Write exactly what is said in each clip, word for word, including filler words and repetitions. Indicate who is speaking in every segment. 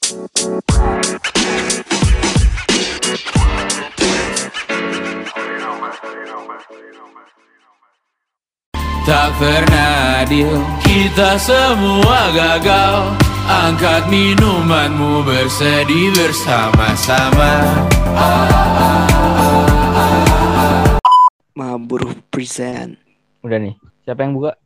Speaker 1: Tak pernah adil, kita semua gagal. Angkat minumanmu, bersedih bersama-sama.
Speaker 2: Mahaburuh present.
Speaker 3: Udah nih, siapa yang buka?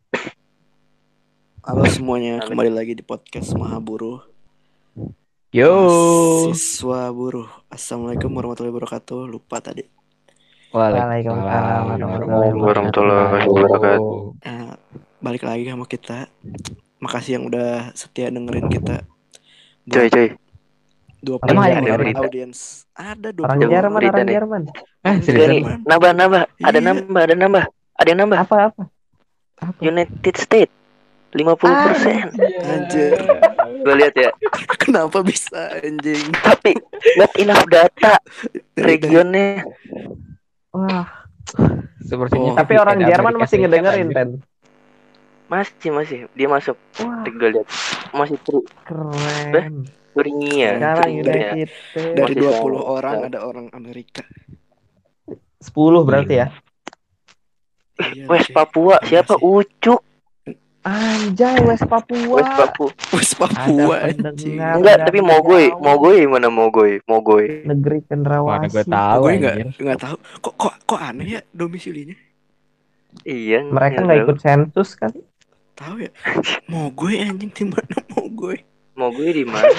Speaker 2: Halo semuanya, kembali lagi di podcast Mahaburuh.
Speaker 3: Yo.
Speaker 2: Siswa buruh. Assalamualaikum warahmatullahi wabarakatuh. Lupa tadi.
Speaker 3: Waalaikumsalam
Speaker 4: warahmatullahi wabarakatuh.
Speaker 2: Nah, balik lagi sama kita. Makasih yang udah setia dengerin kita.
Speaker 4: Coy coy.
Speaker 2: dua
Speaker 3: Emang
Speaker 2: puluh
Speaker 3: ada yang
Speaker 2: orang
Speaker 3: berita?
Speaker 2: audiens. Ada dua
Speaker 3: Orang
Speaker 2: puluh
Speaker 3: Jerman,
Speaker 4: berita
Speaker 3: orang
Speaker 4: nih.
Speaker 3: Jerman. Eh,
Speaker 2: Orang
Speaker 3: serius?
Speaker 4: Nih,
Speaker 2: Jerman.
Speaker 4: nambah nambah. Ada
Speaker 2: Iya.
Speaker 4: nambah, ada nambah. Ada yang nambah.
Speaker 3: Apa apa? Apa?
Speaker 4: United States lima puluh persen.
Speaker 2: Anjir.
Speaker 4: Gue lihat ya.
Speaker 2: Kenapa bisa anjing?
Speaker 4: Tapi not enough data regionnya.
Speaker 3: Wah. Sepertinya.
Speaker 2: Oh.
Speaker 3: Tapi orang Jerman masih ngedengerin, Ten.
Speaker 4: Masih masih dia masuk.
Speaker 3: Wah,
Speaker 4: Gue lihat masih true.
Speaker 3: keren.
Speaker 4: Turingnya.
Speaker 3: Sekarang
Speaker 2: Dari-
Speaker 3: United
Speaker 2: Dari
Speaker 4: Masih
Speaker 2: dua
Speaker 4: sama.
Speaker 2: puluh orang ada orang Amerika.
Speaker 3: sepuluh berarti ya.
Speaker 2: Iya,
Speaker 4: West
Speaker 2: cuy.
Speaker 4: Papua
Speaker 2: Gila
Speaker 4: siapa?
Speaker 2: sih.
Speaker 4: Ucuk.
Speaker 3: Anjay, West Papua.
Speaker 4: West Papua.
Speaker 2: West Papua
Speaker 3: Ada
Speaker 2: anjing.
Speaker 3: pendengar.
Speaker 4: Enggak,
Speaker 3: dari
Speaker 4: tapi Mogoy.
Speaker 3: jauh.
Speaker 4: Mogoy mana Mogoy? Mogoy.
Speaker 3: Negeri
Speaker 5: Mana
Speaker 3: Cendrawasih.
Speaker 5: gue tahu
Speaker 2: Gue
Speaker 5: anjir.
Speaker 2: nggak nggak tahu. Kok kok kok aneh ya domisilinya?
Speaker 4: Iya.
Speaker 3: Mereka nggak ikut sensus kan?
Speaker 2: Tahu ya? Mau gue anjing di mana mau gue?
Speaker 4: Mogoy di mana?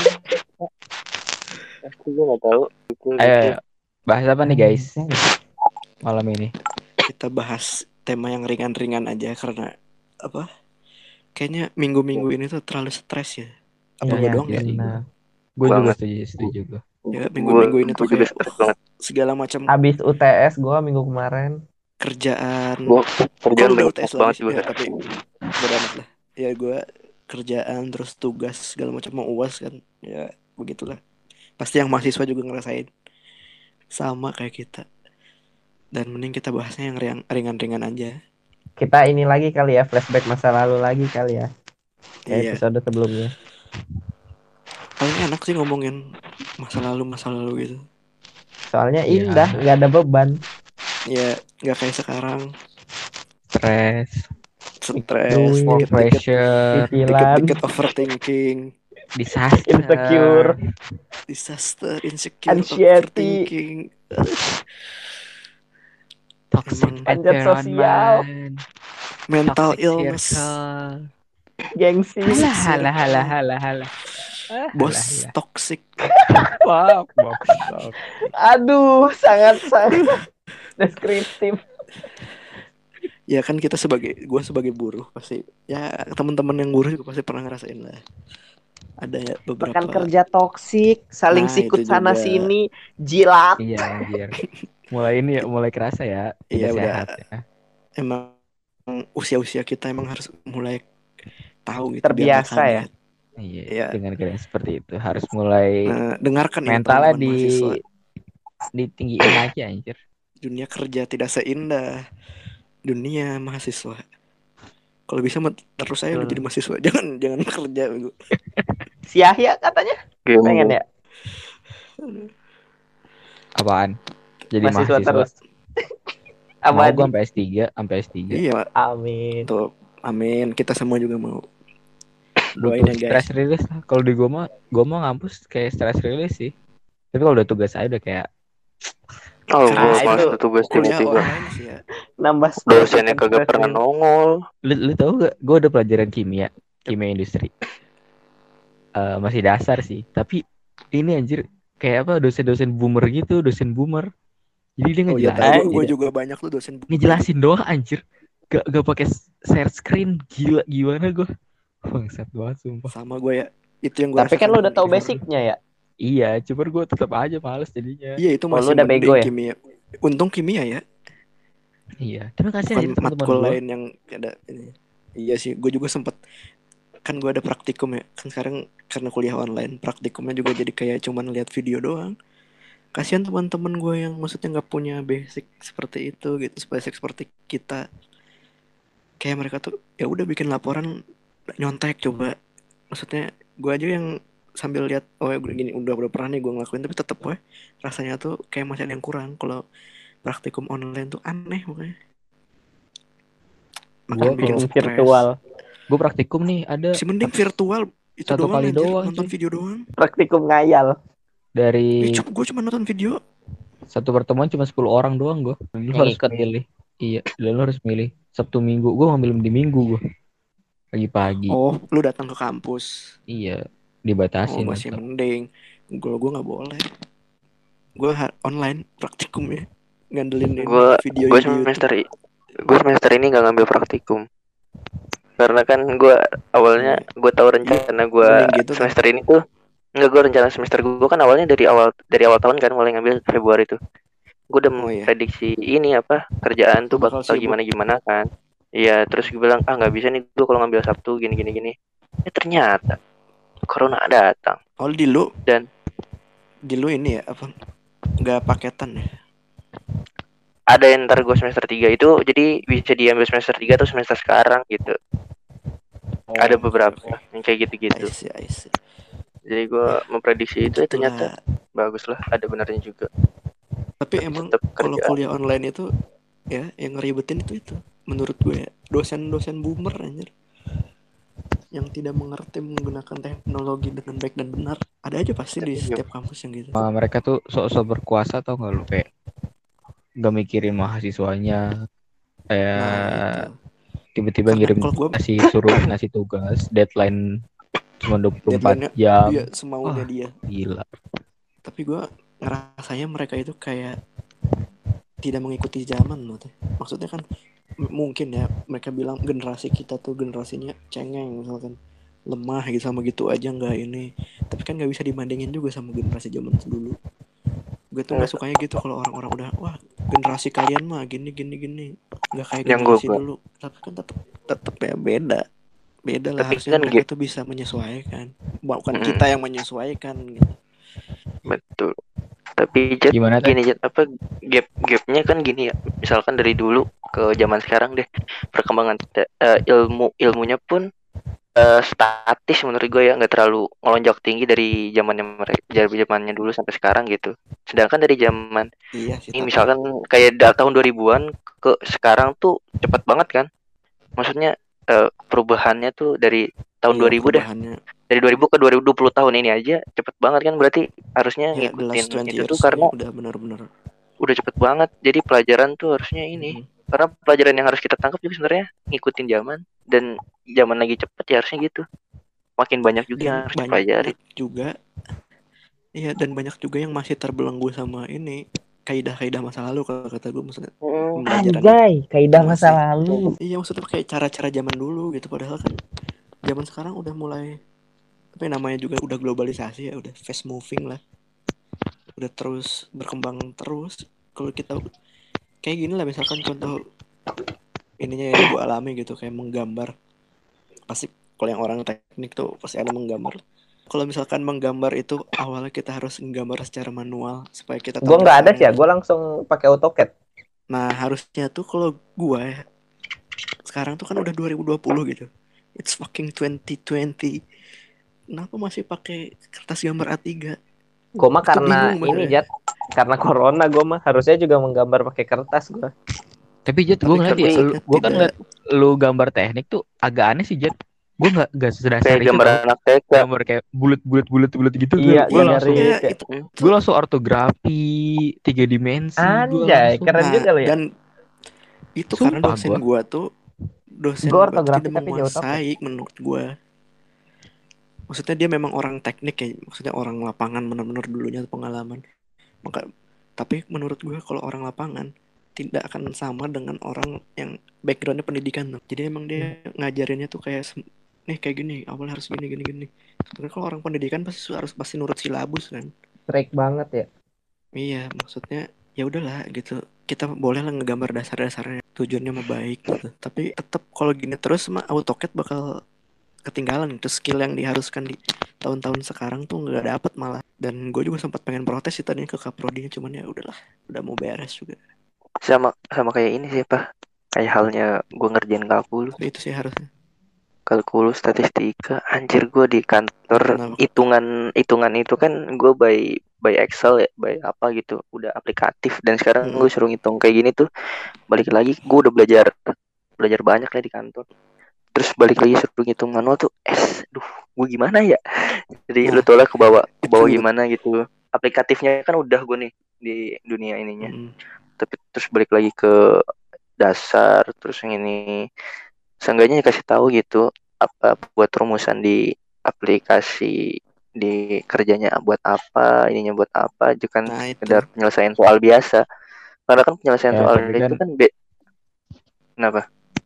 Speaker 4: Aku gue nggak tahu.
Speaker 5: Ayo, ayo, bahas apa nih guys malam ini?
Speaker 2: Kita bahas tema yang ringan-ringan aja karena apa? Kayaknya minggu-minggu ini tuh terlalu stres ya. Apa gue
Speaker 3: Iya,
Speaker 2: doang ya?
Speaker 3: benar.
Speaker 5: Gue juga
Speaker 4: Banget.
Speaker 5: setuju, setuju gue.
Speaker 2: Ya minggu-minggu ini tuh
Speaker 4: Gue juga
Speaker 2: kayak
Speaker 4: stres banget.
Speaker 2: segala macam
Speaker 3: Abis U T S gua minggu kemarin.
Speaker 2: kerjaan.
Speaker 4: Gue
Speaker 2: Gue
Speaker 4: kerjaan
Speaker 2: udah
Speaker 4: banyak
Speaker 2: U T S
Speaker 4: banget
Speaker 2: lagi
Speaker 4: gue.
Speaker 2: ya, tapi bodo amat lah. Ya gue kerjaan terus tugas segala macam mau U A S kan. Ya begitulah. Pasti yang mahasiswa juga ngerasain sama kayak kita. Dan mending kita bahasnya yang ringan- ringan-ringan aja.
Speaker 3: Kita ini lagi kali ya, flashback masa lalu lagi kali ya. Kayak
Speaker 2: Iya.
Speaker 3: episode sebelumnya.
Speaker 2: Paling enak sih ngomongin masa lalu masa lalu gitu.
Speaker 3: Soalnya
Speaker 5: Iya.
Speaker 3: indah, nggak ada beban.
Speaker 2: Ya nggak kayak sekarang
Speaker 5: Stress,
Speaker 2: stres,
Speaker 3: Duit,
Speaker 2: dikit-dikit,
Speaker 5: pressure,
Speaker 3: Cicilan,
Speaker 2: dikit-dikit overthinking,
Speaker 5: disaster,
Speaker 3: insecure,
Speaker 2: disaster, insecure,
Speaker 3: Anxiety.
Speaker 2: overthinking.
Speaker 5: toxic
Speaker 2: Emang
Speaker 3: panjat sosial.
Speaker 5: environment,
Speaker 2: Mental
Speaker 5: toxic
Speaker 2: illness,
Speaker 5: circle.
Speaker 3: gengsi.
Speaker 5: Halah, halah, halah, halah, halah.
Speaker 2: bos
Speaker 5: Halah,
Speaker 2: toxic.
Speaker 5: halah. Fuck, fuck, fuck.
Speaker 3: Aduh, sangat sangat deskriptif.
Speaker 2: Ya kan kita sebagai gue sebagai buruh pasti ya teman-teman yang buruh juga pasti pernah ngerasain lah. Ada ya beberapa.
Speaker 3: Rekan kerja toksik, saling
Speaker 2: Nah,
Speaker 3: sikut
Speaker 2: itu
Speaker 3: sana
Speaker 2: juga.
Speaker 3: sini, jilat.
Speaker 5: Iya anjir. Mulai ini ya, mulai kerasa ya.
Speaker 2: Iya,
Speaker 5: Tidak
Speaker 2: udah.
Speaker 5: sehat ya.
Speaker 2: Emang usia-usia kita emang harus mulai tahu gitu. biar
Speaker 3: Terbiasa
Speaker 2: nggak
Speaker 3: ya.
Speaker 2: kaget.
Speaker 5: Iya,
Speaker 2: Iya.
Speaker 5: dengan keadaan seperti itu harus mulai
Speaker 2: Nah, dengarkan ini
Speaker 5: mentalnya
Speaker 2: teman-teman
Speaker 5: di
Speaker 2: mahasiswa.
Speaker 5: ditinggiin aja anjir.
Speaker 2: Dunia kerja tidak seindah dunia mahasiswa. Kalau bisa mah terus saya udah
Speaker 3: Hmm.
Speaker 2: jadi mahasiswa. Jangan jangan kerja Bego.
Speaker 3: Si Yahya katanya pengen ya
Speaker 5: Apaan? Jadi
Speaker 3: mahasiswa,
Speaker 5: mahasiswa.
Speaker 3: terus.
Speaker 5: Mau
Speaker 3: Abadi.
Speaker 5: gue sampai S tiga, sampai S tiga.
Speaker 2: Iya,
Speaker 3: Amin.
Speaker 2: tuh. Amin. Kita semua juga mau. Doain
Speaker 5: Butuh
Speaker 2: ya guys.
Speaker 5: stress release lah. Kalau di gue mah, gue mah ngampus kayak stress release sih. Tapi kalau udah tugas saya udah kayak
Speaker 4: Oh,
Speaker 2: Nah,
Speaker 4: gue
Speaker 3: itu
Speaker 4: masuk tugas
Speaker 2: Kuliah
Speaker 4: tiga-tiga.
Speaker 2: online sih ya.
Speaker 3: Nambah
Speaker 4: Dosennya kagak pernah nongol.
Speaker 5: lu, lu tau gak? Gue ada pelajaran kimia, kimia industri. Eh, masih dasar sih. Tapi ini anjir kayak apa dosen-dosen boomer gitu, dosen boomer. Jadi dia
Speaker 2: Oh iya,
Speaker 5: ngejelasin,
Speaker 2: tahu gue
Speaker 5: jadi-
Speaker 2: juga banyak tuh dosen buku.
Speaker 5: ngejelasin doang anjir. Gak gak pakai share screen, gila gimana gue? Bangsat banget sumpah.
Speaker 2: Sama gue ya. Itu yang gue
Speaker 3: Tapi kan
Speaker 2: rasakan
Speaker 3: lu udah tahu
Speaker 2: di-
Speaker 3: basicnya ya.
Speaker 5: Iya, cuma gue tetap aja males jadinya.
Speaker 2: Iya, itu
Speaker 3: Oh,
Speaker 2: masih
Speaker 3: lu udah
Speaker 2: mending
Speaker 3: bego ya?
Speaker 2: kimia. Untung kimia ya.
Speaker 5: Iya, tapi kasih
Speaker 2: Bukan
Speaker 5: aja teman-teman
Speaker 2: matkul
Speaker 5: gue.
Speaker 2: lain yang ada ini. Iya sih, gue juga sempet kan gue ada praktikum ya. Kan sekarang karena kuliah online, praktikumnya juga jadi kayak cuman lihat video doang. Kasihan teman-teman gue yang maksudnya nggak punya basic seperti itu gitu, basic seperti kita. Kayak mereka tuh ya udah bikin laporan nyontek coba. Maksudnya gue aja yang sambil lihat oh ya gue gini udah udah pernah nih gue ngelakuin tapi tetep gue rasanya tuh kayak masih ada yang kurang kalau praktikum online tuh aneh makanya
Speaker 5: Gua
Speaker 2: makan bikin
Speaker 5: kalau
Speaker 3: Praktikum
Speaker 2: stres.
Speaker 3: virtual.
Speaker 5: gue praktikum nih ada
Speaker 2: Si mending
Speaker 5: satu,
Speaker 2: virtual itu
Speaker 5: satu
Speaker 2: doang
Speaker 5: kali
Speaker 2: anjir,
Speaker 5: doang
Speaker 2: nonton
Speaker 5: cuy.
Speaker 2: video doang.
Speaker 3: Praktikum ngayal.
Speaker 5: Dari
Speaker 2: Eh, cuma gue cuma nonton video.
Speaker 5: satu pertemuan cuma sepuluh orang doang gue. Lu
Speaker 3: Yang
Speaker 5: harus
Speaker 3: ikut.
Speaker 5: milih. Iya, dan lu harus milih Sabtu Minggu. Gue ngambil di Minggu gue. Pagi-pagi.
Speaker 2: Oh, lu datang ke kampus.
Speaker 5: Iya,
Speaker 2: Oh,
Speaker 5: dibatasin
Speaker 2: masih
Speaker 5: tetap.
Speaker 2: mending. Gue gue nggak boleh. Gue ha- online praktikumnya ngandelin ini
Speaker 4: Gue
Speaker 2: video
Speaker 4: gue
Speaker 2: di YouTube.
Speaker 4: semester i- gue semester ini nggak ngambil praktikum karena kan gue awalnya
Speaker 2: Iya.
Speaker 4: gue tahu rencana gue
Speaker 2: Mending gitu kan.
Speaker 4: semester ini tuh nggak gue rencana semester gue kan awalnya dari awal dari awal tahun kan mulai ngambil Februari tuh gue udah
Speaker 2: Oh, iya.
Speaker 4: memprediksi ini apa kerjaan tuh
Speaker 2: Lu bakal
Speaker 4: bakal
Speaker 2: sibuk.
Speaker 4: gimana gimana kan. Iya terus gue bilang ah nggak bisa nih gue kalau ngambil Sabtu gini gini gini. Eh ternyata corona datang.
Speaker 2: Oh di lu
Speaker 4: Dan
Speaker 2: di lu ini ya apa? Nggak paketan ya?
Speaker 4: ada yang ntar gue semester tiga itu jadi bisa diambil semester tiga atau semester sekarang gitu.
Speaker 2: Oh,
Speaker 4: Ada beberapa
Speaker 2: oke, oke.
Speaker 4: yang kayak gitu-gitu.
Speaker 2: I see, I see.
Speaker 4: Jadi gue memprediksi itu ya ternyata
Speaker 2: Itulah.
Speaker 4: bagus lah, ada benarnya juga.
Speaker 2: Tapi emang
Speaker 4: Tetap
Speaker 2: kalau
Speaker 4: kerja.
Speaker 2: kuliah online itu ya yang ngeribetin itu itu menurut gue ya, dosen-dosen boomer anjir yang tidak mengerti menggunakan teknologi dengan baik dan benar. Ada aja pasti di
Speaker 4: Iya.
Speaker 2: setiap kampus yang gitu.
Speaker 5: Uh, mereka tuh sok-sok berkuasa tau nggak lu kayak nggak mikirin mahasiswanya, kayak
Speaker 2: Nah, itu.
Speaker 5: tiba-tiba
Speaker 2: Karena
Speaker 5: ngirim
Speaker 2: kalau gua-
Speaker 5: ngasih suruh ngasih tugas deadline cuma dua puluh empat
Speaker 2: Deadline-nya,
Speaker 5: jam.
Speaker 2: Iya, semaunya
Speaker 5: Wah.
Speaker 2: dia.
Speaker 5: Gila.
Speaker 2: Tapi gue ngerasanya mereka itu kayak tidak mengikuti zaman loh. Teh. Maksudnya kan m- mungkin ya mereka bilang generasi kita tuh generasinya cengeng misalkan lemah gitu sama gitu aja nggak ini. Tapi kan nggak bisa dibandingin juga sama generasi zaman dulu. Gue tuh nggak sukanya gitu kalau orang-orang udah wah generasi kalian mah gini gini gini nggak kayak
Speaker 4: Yang
Speaker 2: generasi
Speaker 4: gua-
Speaker 2: dulu. Tapi kan tetap tetap ya beda. Beda lah
Speaker 4: Tapi
Speaker 2: harusnya
Speaker 4: kan
Speaker 2: mereka
Speaker 4: gap-
Speaker 2: tuh bisa menyesuaikan. Bukan
Speaker 4: Mm-mm.
Speaker 2: kita yang menyesuaikan gitu.
Speaker 4: Betul. Tapi Jet,
Speaker 5: Gimana, Teh?
Speaker 4: gini Jet, apa gap gapnya kan gini ya. Misalkan dari dulu ke zaman sekarang deh, perkembangan te- eh, ilmu ilmunya pun eh, statis menurut gue ya, nggak terlalu ngelonjak tinggi dari zamannya mereka, dari zamannya dulu sampai sekarang gitu. Sedangkan dari zaman
Speaker 2: Iya sih.
Speaker 4: ini
Speaker 2: tapi-
Speaker 4: misalkan kayak da- tahun dua ribuan ke sekarang tuh cepat banget kan. Maksudnya eh, perubahannya tuh dari tahun
Speaker 2: Iya,
Speaker 4: dua ribu deh.
Speaker 2: perubahannya.
Speaker 4: Dari dua ribu ke dua ribu dua puluh tahun ini aja cepet banget kan, berarti harusnya
Speaker 2: Ya, the
Speaker 4: ngikutin
Speaker 2: last twenty
Speaker 4: itu
Speaker 2: years
Speaker 4: tuh karena
Speaker 2: udah benar-benar.
Speaker 4: udah cepet banget. Jadi pelajaran tuh harusnya ini.
Speaker 2: Mhm.
Speaker 4: Karena pelajaran yang harus kita tangkap juga sebenarnya ngikutin zaman, dan zaman lagi cepet ya harusnya gitu. Makin banyak juga yang
Speaker 2: Dan
Speaker 4: harus
Speaker 2: banyak
Speaker 4: dipelajari.
Speaker 2: juga. Iya, dan banyak juga yang masih terbelenggu sama ini kaidah-kaidah masa lalu kalau kata gue maksudnya. Pembelajaran.
Speaker 3: Anjay, kaidah
Speaker 2: Masih.
Speaker 3: masa lalu.
Speaker 2: Iya, maksudnya kayak cara-cara zaman dulu gitu padahal kan zaman sekarang udah mulai apa ya, namanya juga udah globalisasi ya, udah fast moving lah. Udah terus berkembang terus. Kalau kita kayak gini lah misalkan contoh ininya yang gue alami gitu kayak menggambar. Pasti kalau yang orang teknik tuh pasti ada menggambar. Kalau misalkan menggambar itu awalnya kita harus menggambar secara manual supaya kita tahu
Speaker 3: Gue nggak ada
Speaker 2: dasarnya.
Speaker 3: sih ya, gue langsung pakai AutoCAD.
Speaker 2: Nah harusnya tuh kalau gue ya, sekarang tuh kan udah dua ribu dua puluh gitu. It's fucking twenty twenty. Kenapa masih pakai kertas gambar A tiga?
Speaker 3: Gue mah
Speaker 2: Itu
Speaker 3: karena
Speaker 2: bingung
Speaker 3: ini
Speaker 2: makanya.
Speaker 3: Jat, karena corona gue mah harusnya juga menggambar pakai kertas gue.
Speaker 5: Tapi Jet, gue
Speaker 2: Tapi
Speaker 5: ngeliat
Speaker 2: kan
Speaker 5: ya, lu,
Speaker 2: maksudnya
Speaker 5: gue kan
Speaker 2: tidak-
Speaker 5: ngeliat lu gambar teknik tuh agak aneh sih Jet. Gue nggak nggak sedasar
Speaker 4: Kayak
Speaker 5: itu
Speaker 4: gambar
Speaker 5: tau.
Speaker 4: anak T K.
Speaker 5: Gambar kayak bulat bulat bulat bulat gitu.
Speaker 3: Iya,
Speaker 5: gue
Speaker 3: iya,
Speaker 5: langsung
Speaker 3: dari-
Speaker 2: Ya,
Speaker 3: kayak-
Speaker 2: itu,
Speaker 5: gue langsung ortografi tiga dimensi. Gua
Speaker 3: Anjay,
Speaker 5: langsung.
Speaker 3: keren
Speaker 2: Nah,
Speaker 3: juga lo ya.
Speaker 2: dan itu karena
Speaker 5: Sumpah
Speaker 2: dosen
Speaker 5: gua.
Speaker 2: gua tuh dosen
Speaker 3: Gua
Speaker 2: gua tuh
Speaker 3: ortografi
Speaker 2: tidak
Speaker 3: tapi di
Speaker 2: menguasai menurut gua. Maksudnya dia memang orang teknik ya, maksudnya orang lapangan benar-benar dulunya pengalaman. Maka tapi menurut gua kalau orang lapangan tidak akan sama dengan orang yang backgroundnya pendidikan tuh. Jadi emang dia ngajarinnya tuh kayak sem- nih kayak gini, awal harus gini gini gini. Sebenarnya kalau orang pendidikan pasti su- harus pasti nurut silabus kan.
Speaker 3: Strike banget ya.
Speaker 2: Iya, maksudnya ya udahlah gitu. Kita boleh lah ngegambar dasar-dasarnya, tujuannya mau baik gitu. Tapi tetap kalau gini terus mah AutoCAD bakal ketinggalan gitu. Skill yang diharuskan di tahun-tahun sekarang tuh nggak dapet malah. Dan gue juga sempat pengen protes sih tadinya ke Kaprodinya, cuman ya udahlah, udah mau beres juga.
Speaker 4: Sama sama kayak ini sih, Pak. Kayak halnya gue ngerjain kalkulus.
Speaker 2: Tapi itu sih harusnya.
Speaker 4: kalkulus, statistika. Anjir gue di kantor
Speaker 2: Kenapa?
Speaker 4: hitungan hitungan itu kan gue by by Excel ya, by apa gitu, udah aplikatif. Dan sekarang
Speaker 2: Mm-mm.
Speaker 4: gue suruh ngitung kayak gini tuh, balik lagi gue udah belajar belajar banyak lah di kantor. Terus balik lagi suruh ngitung manual tuh, es, duh, gue gimana ya? Jadi lu
Speaker 2: Nah,
Speaker 4: tau lah ke bawah ke bawah
Speaker 2: itu
Speaker 4: gimana gitu. Aplikatifnya kan udah gue nih di dunia ininya.
Speaker 2: mm,
Speaker 4: Tapi terus balik lagi ke dasar, terus yang ini seenggaknya dikasih tahu gitu apa buat rumusan di aplikasi, di kerjanya buat apa, ininya buat apa, itu kan
Speaker 2: nah itu
Speaker 4: sekedar penyelesaian soal biasa. Karena kan penyelesaian
Speaker 5: Ya,
Speaker 4: soal
Speaker 5: tapi
Speaker 4: itu
Speaker 5: kan
Speaker 4: kan be kenapa?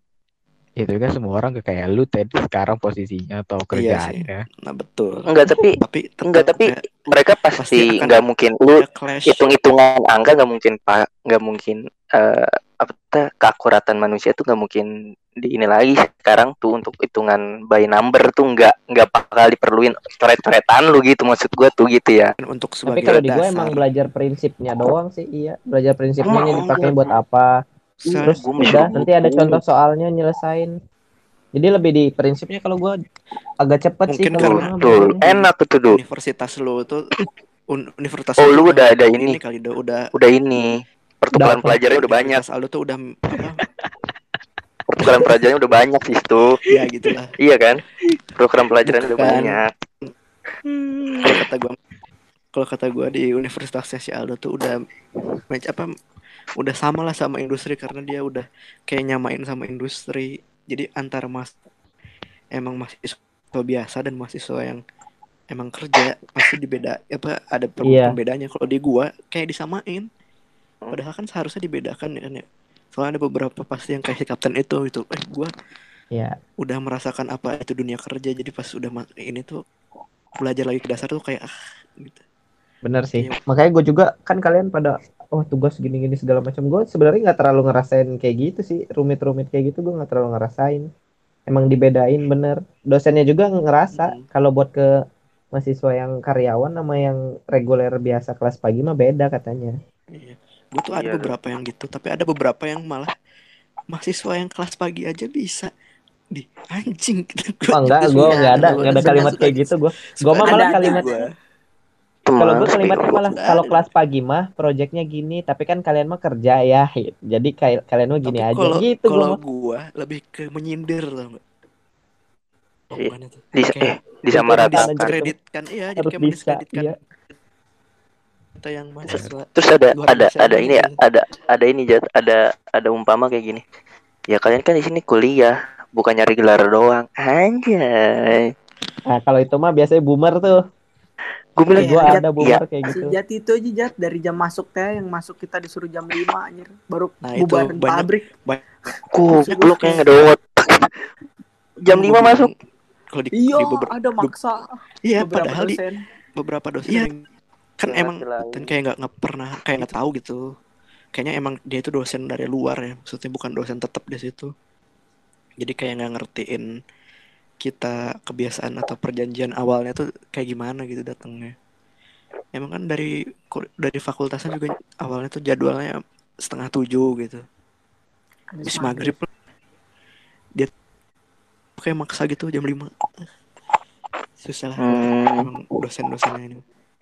Speaker 5: itu kan semua orang kayak lu Ted sekarang posisinya atau
Speaker 2: iya sih.
Speaker 5: kerjaannya.
Speaker 2: Nah betul.
Speaker 4: Enggak, tapi
Speaker 2: Tapi
Speaker 4: enggak
Speaker 2: tetap
Speaker 4: tapi
Speaker 2: kayak
Speaker 4: mereka
Speaker 2: pasti
Speaker 4: pasti
Speaker 2: akan
Speaker 4: nggak mungkin lu
Speaker 2: ada clash.
Speaker 4: hitung-hitungan angka, nggak mungkin pak nggak mungkin eh, apa tuh, keakuratan manusia tuh nggak mungkin di ini lagi sekarang tuh. Untuk hitungan by number tuh nggak nggak bakal diperluin coret-coretan lu gitu, maksud gue tuh gitu ya.
Speaker 2: Untuk
Speaker 3: Tapi
Speaker 2: sebagai
Speaker 3: kalau di gue
Speaker 2: dasar.
Speaker 3: emang belajar prinsipnya doang sih, iya. Belajar prinsipnya
Speaker 4: Emang
Speaker 3: ini dipakai
Speaker 4: enggak.
Speaker 3: buat apa.
Speaker 2: Misalnya
Speaker 3: Terus
Speaker 4: Gua
Speaker 3: udah
Speaker 4: disuruh
Speaker 3: nanti ada
Speaker 4: gitu.
Speaker 3: contoh soalnya nyelesain. Jadi lebih di prinsipnya kalau gue agak cepet sih
Speaker 2: mungkin
Speaker 3: kalau
Speaker 2: karena
Speaker 3: mah
Speaker 4: Betul,
Speaker 3: belajarnya.
Speaker 4: enak itu tuh.
Speaker 2: universitas lu tuh un- universitas
Speaker 4: Oh,
Speaker 2: lu
Speaker 4: lu
Speaker 2: tuh
Speaker 4: udah ada ini.
Speaker 2: kali udah udah
Speaker 4: Udah ini pertukaran
Speaker 3: apa?
Speaker 4: pelajarannya udah banyak.
Speaker 2: Universitas Aldo tuh udah apa?
Speaker 4: Pertukaran pelajarannya udah banyak sih itu.
Speaker 2: Ya gitulah.
Speaker 4: Iya kan? Pertukaran pelajarannya udah
Speaker 2: Bukan.
Speaker 4: banyak.
Speaker 2: Kalau kata gua kalau kata gua di universitasnya si Aldo tuh udah match apa udah sama lah sama industri, karena dia udah kayak nyamain sama industri. Jadi antara mas emang mahasiswa biasa dan mahasiswa yang emang kerja pasti dibeda apa ada per-
Speaker 3: Iya.
Speaker 2: pembedanya. Kalau di gua kayak disamain, padahal kan seharusnya dibedakan ya kan ya. Soalnya ada beberapa pasti yang kayak si kapten itu itu eh gua
Speaker 3: Iya.
Speaker 2: udah merasakan apa itu dunia kerja, jadi pas udah ma- ini tuh belajar lagi ke dasar tuh kayak ah gitu.
Speaker 3: Bener sih.
Speaker 2: Iya.
Speaker 3: Makanya gue juga kan kalian pada oh tugas gini-gini segala macam. Gue sebenarnya nggak terlalu ngerasain kayak gitu sih, rumit-rumit kayak gitu gue nggak terlalu ngerasain. Emang dibedain bener. Dosennya juga ngerasa
Speaker 2: Hmm.
Speaker 3: kalau buat ke mahasiswa yang karyawan sama yang reguler biasa kelas pagi mah beda katanya.
Speaker 2: Iya. Gue tuh ada
Speaker 4: Iya,
Speaker 2: beberapa yang gitu, tapi ada beberapa yang malah mahasiswa yang kelas pagi aja bisa di anjing.
Speaker 3: Oh enggak, gue nggak ada nggak ada kalimat kayak gitu gue. Gue mah malah kalimat kalau gue kalimatnya malah kalau kelas pagi mah proyeknya gini, tapi kan kalian mah kerja ya, jadi kayak kalian mah gini
Speaker 2: Tapi
Speaker 3: aja
Speaker 2: kalau
Speaker 3: gitu gue
Speaker 2: kalau
Speaker 3: mah.
Speaker 2: gua lebih ke menyindir tau nggak?
Speaker 4: Iya.
Speaker 2: Omongannya tuh.
Speaker 4: Di,
Speaker 2: Kayak
Speaker 4: eh, disamaratakan.
Speaker 2: mendiskreditkan, iya, jadi
Speaker 3: Harus
Speaker 2: kayak
Speaker 3: bisa,
Speaker 2: mendiskreditkan
Speaker 3: iya.
Speaker 2: kita yang mahasiswa.
Speaker 4: Terus ada
Speaker 2: Luar
Speaker 4: ada
Speaker 2: biasa
Speaker 4: ada
Speaker 2: aja
Speaker 4: ini ya,
Speaker 2: gitu.
Speaker 4: ada ada ini Jat, ada ada umpama kayak gini. Ya kalian kan di sini kuliah, bukan nyari gelar doang. Anjay.
Speaker 3: Nah kalau itu mah biasanya boomer tuh.
Speaker 4: Gue bilang
Speaker 3: Gue
Speaker 4: ya,
Speaker 3: ada
Speaker 4: ya,
Speaker 3: boomer kayak
Speaker 6: Si
Speaker 3: gitu.
Speaker 6: Jat itu aja Jat dari jam masuk teh yang masuk kita disuruh jam lima anjir baru
Speaker 2: Nah, itu
Speaker 6: bubarin
Speaker 2: banyak-
Speaker 6: pabrik.
Speaker 4: goblok yang ngedot. Jam
Speaker 2: Gua
Speaker 4: lima
Speaker 2: bingung.
Speaker 4: masuk.
Speaker 2: Kalau di,
Speaker 6: Iya,
Speaker 2: di beber-
Speaker 6: ada maksa
Speaker 2: iya,
Speaker 6: beberapa
Speaker 2: padahal di
Speaker 6: dosen.
Speaker 2: beberapa dosen
Speaker 4: Iya.
Speaker 2: yang- kan
Speaker 4: Yang
Speaker 2: emang
Speaker 4: ngasih lain.
Speaker 2: dan kayak nggak nggak pernah kayak nggak tahu gitu. Kayaknya emang dia itu dosen dari luar ya, maksudnya bukan dosen tetap di situ. Jadi kayak nggak ngertiin kita kebiasaan atau perjanjian awalnya tuh kayak gimana gitu datangnya. Emang kan dari dari fakultasnya juga awalnya tuh jadwalnya setengah tujuh gitu. Habis maghrib dia kayak maksa gitu jam lima. Susah lah.
Speaker 4: Hmm.
Speaker 2: Emang dosen-dosennya ini.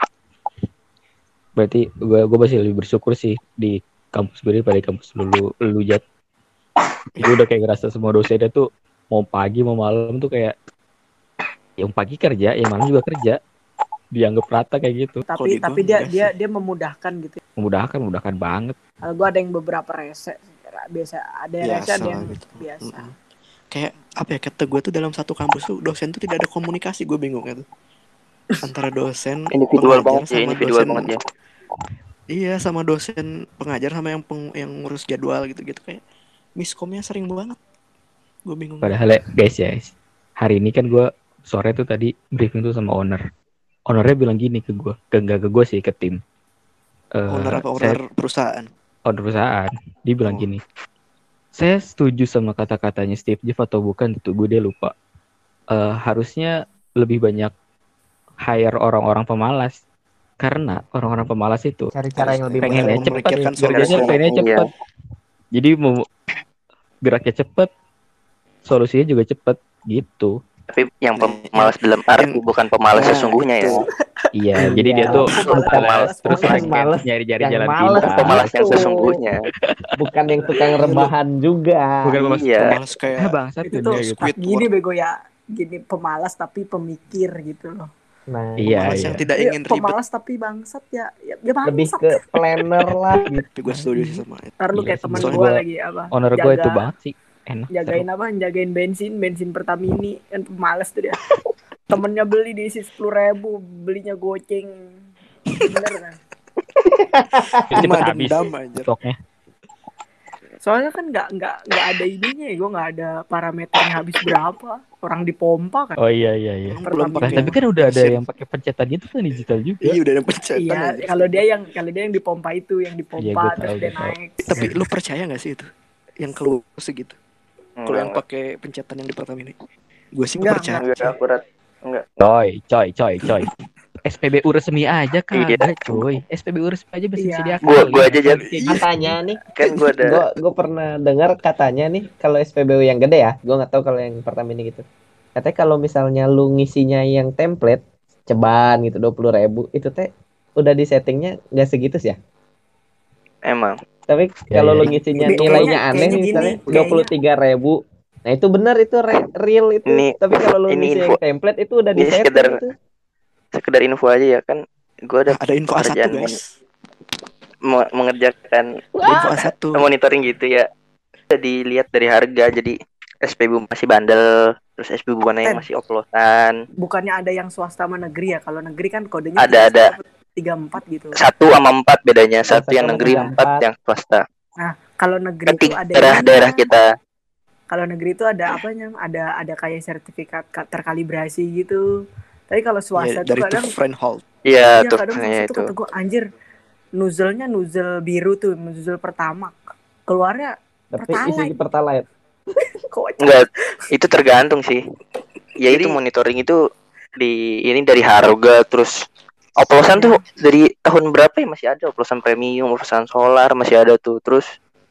Speaker 5: Berarti gue gue masih lebih bersyukur sih di kampus gue daripada di kampus lu lu Jat. Gue udah kayak ngerasa semua dosennya tuh mau pagi mau malam tuh kayak yang pagi kerja, yang malam juga kerja. Dianggap rata kayak gitu.
Speaker 2: Kalau di
Speaker 6: Tapi
Speaker 2: gua
Speaker 6: tapi dia
Speaker 2: enggak
Speaker 6: dia
Speaker 2: sih.
Speaker 6: dia memudahkan gitu.
Speaker 5: Memudahkan, memudahkan banget.
Speaker 6: Kalau gua ada yang beberapa rese biasa ada yang rese
Speaker 2: Biasa
Speaker 6: ada yang
Speaker 2: lah gitu.
Speaker 6: biasa.
Speaker 2: Mm-mm. Kayak apa ya, kata gue tuh dalam satu kampus tuh dosen tuh tidak ada komunikasi, gue bingung gitu. Antara dosen
Speaker 4: Individual
Speaker 2: pengajar
Speaker 4: banget ya,
Speaker 2: sama
Speaker 4: individual
Speaker 2: dosen
Speaker 4: banget ya.
Speaker 2: iya sama dosen pengajar sama yang peng, yang ngurus jadwal gitu-gitu, kayak miskomnya sering banget. Gue bingung.
Speaker 5: Padahal ya, guys ya, hari ini kan gue sore tuh tadi briefing tuh sama owner. Ownernya bilang gini ke gue, ke enggak ke gue sih, ke tim. Eh,
Speaker 2: Owner apa
Speaker 5: saya-
Speaker 2: owner perusahaan?
Speaker 5: owner perusahaan. Dia bilang
Speaker 2: Oh.
Speaker 5: gini, saya setuju sama kata-katanya Steve Jobs atau bukan, itu gue dia lupa. Eh, harusnya lebih banyak hire orang-orang pemalas. Karena orang-orang pemalas itu
Speaker 3: Cari cara yang lebih
Speaker 5: pengennya
Speaker 3: benar.
Speaker 5: cepet,
Speaker 2: memikirkan
Speaker 5: kerjanya
Speaker 2: solusi.
Speaker 5: pengennya
Speaker 4: Iya.
Speaker 5: cepet. Jadi mau geraknya cepet, solusinya juga cepet. gitu.
Speaker 4: Tapi yang pemalas dalam arti
Speaker 2: yang,
Speaker 4: bukan pemalas
Speaker 2: nah,
Speaker 4: sesungguhnya ya.
Speaker 5: Iya, jadi dia tuh
Speaker 4: Pemalas
Speaker 5: terus
Speaker 3: bukan
Speaker 5: lagi
Speaker 3: males,
Speaker 5: nyari-nyari
Speaker 3: yang
Speaker 5: jalan
Speaker 3: males
Speaker 5: pintas.
Speaker 4: Pemalas yang
Speaker 3: gitu.
Speaker 4: sesungguhnya.
Speaker 3: Bukan yang tukang rebahan juga.
Speaker 5: Bukan pemalas.
Speaker 4: Iya.
Speaker 2: pemalas kayak
Speaker 5: Ah, bangsat
Speaker 6: Itu
Speaker 5: tuh
Speaker 6: tuh
Speaker 5: dia gitu.
Speaker 2: Squidward.
Speaker 6: gini bego ya. Gini pemalas tapi pemikir gitu loh.
Speaker 3: Nah,
Speaker 5: Iya,
Speaker 2: pemalas
Speaker 5: iya.
Speaker 2: yang tidak
Speaker 6: Iya,
Speaker 2: ingin ribet.
Speaker 6: pemalas tapi bangsat ya. Ya, ya
Speaker 3: lebih
Speaker 6: bangsat.
Speaker 3: ke planner lah gitu.
Speaker 2: Tapi gue setuju sih sama itu.
Speaker 6: Ntar lu
Speaker 5: Iya
Speaker 6: kayak
Speaker 5: sih,
Speaker 6: temen
Speaker 2: soalnya
Speaker 6: gue
Speaker 5: gua-
Speaker 6: lagi apa?
Speaker 5: Honor gue
Speaker 6: jaga-
Speaker 5: itu banget sih. Enak.
Speaker 6: Jagain apa? Jagain bensin, bensin Pertamini. Kan pemalas tuh dia. Temennya beli diisi sepuluh ribu, belinya goceng. Bener kan?
Speaker 5: Itu
Speaker 2: Cuma
Speaker 5: cepet habis
Speaker 2: dendam aja.
Speaker 5: stoknya.
Speaker 6: Soalnya kan nggak nggak nggak ada ininya ya, gue nggak ada parameternya habis berapa. Orang dipompa kan.
Speaker 5: Oh iya iya iya.
Speaker 2: Emang belum
Speaker 6: Pertamina.
Speaker 5: Nah,
Speaker 2: pakai
Speaker 5: tapi kan udah ada
Speaker 2: mesin.
Speaker 5: yang pakai pencetan gitu kan digital juga.
Speaker 2: Iya udah ada pencetan.
Speaker 6: Iya,
Speaker 2: anjir.
Speaker 6: kalau dia yang kalau dia yang dipompa itu, yang
Speaker 5: Iya,
Speaker 6: dipompa
Speaker 5: gua
Speaker 6: terus
Speaker 5: tahu,
Speaker 6: dia
Speaker 5: gua tahu.
Speaker 6: naik.
Speaker 2: Tapi lu percaya gak sih itu? Yang keluar segitu. Kalau yang
Speaker 4: Enggak,
Speaker 2: pakai pencetan yang di Pertamina. Gue sih
Speaker 6: Enggak,
Speaker 2: percaya.
Speaker 4: enggak akurat. Enggak.
Speaker 5: Coy, coy, coy, coy. S P B U resmi aja kagak,
Speaker 4: Iya.
Speaker 5: coy. S P B U resmi aja bisa
Speaker 6: Iya.
Speaker 5: disediakan.
Speaker 4: Gua gua aja jadi
Speaker 3: Katanya nih,
Speaker 4: kan gua ada
Speaker 3: gue gue pernah dengar katanya nih kalau S P B U yang gede ya, gue nggak tahu kalau yang Pertamina gitu. Katanya kalau misalnya lu ngisinya yang template ceban gitu dua puluh ribu itu teh udah di settingnya nggak segitu sih ya.
Speaker 4: emang.
Speaker 3: Tapi
Speaker 5: Ya,
Speaker 3: kalau
Speaker 5: ya,
Speaker 3: lu
Speaker 5: ya.
Speaker 3: ngisinya
Speaker 6: Kayaknya-
Speaker 3: nilainya aneh
Speaker 6: kayaknya
Speaker 3: nih,
Speaker 6: gini,
Speaker 3: misalnya
Speaker 6: kayaknya-
Speaker 3: dua puluh tiga ribu. Nah itu benar itu re- real itu.
Speaker 4: Ini-
Speaker 3: Tapi kalau lu
Speaker 4: ini
Speaker 3: ngisi
Speaker 4: info.
Speaker 3: yang template itu udah di
Speaker 4: Ini
Speaker 3: setting
Speaker 4: sekedar-
Speaker 3: itu.
Speaker 4: Sekedar info aja ya kan. Gua ada
Speaker 2: Ada info A satu
Speaker 4: pekerjaan
Speaker 2: guys.
Speaker 4: me- mengerjakan
Speaker 2: Ada info A satu.
Speaker 4: monitoring gitu ya. Bisa dilihat dari harga, jadi S P B U masih bandel, terus S P B U mana yang
Speaker 6: Ten.
Speaker 4: masih oplosan.
Speaker 6: Bukannya ada yang swasta sama negeri ya? Kalau negeri kan kodenya
Speaker 4: Ada, ada.
Speaker 6: tiga empat gitu.
Speaker 4: Satu sama empat bedanya, satu
Speaker 3: satu
Speaker 4: yang
Speaker 3: sama
Speaker 4: negeri,
Speaker 3: tiga,
Speaker 4: empat
Speaker 3: empat.
Speaker 4: yang swasta.
Speaker 6: Kalau negeri
Speaker 4: Kan
Speaker 6: itu
Speaker 4: tiga
Speaker 6: ada
Speaker 4: daerah-daerah
Speaker 6: ininya.
Speaker 4: kita.
Speaker 6: Kalau negeri itu ada apanya? Ada ada kayak sertifikat ka- terkalibrasi gitu. Tapi kalau swasta
Speaker 2: Iya,
Speaker 6: tuh
Speaker 2: dari
Speaker 6: kadang
Speaker 2: tuh friend hold.
Speaker 4: Iya,
Speaker 6: iya
Speaker 4: tuh
Speaker 6: kadang
Speaker 4: ya
Speaker 6: swasta tuh
Speaker 4: itu.
Speaker 6: kata gue anjir nozzle-nya nozzle biru tuh, nozzle pertama. Keluarnya
Speaker 3: Tapi
Speaker 6: Pertalite.
Speaker 3: isi Pertalite.
Speaker 6: kocak.
Speaker 4: Enggak, itu tergantung sih. Ya itu
Speaker 2: Jadi-
Speaker 4: monitoring itu di ini dari harga, terus oplosan tuh dari tahun berapa ya masih ada oplosan premium, oplosan solar masih ada tuh. Terus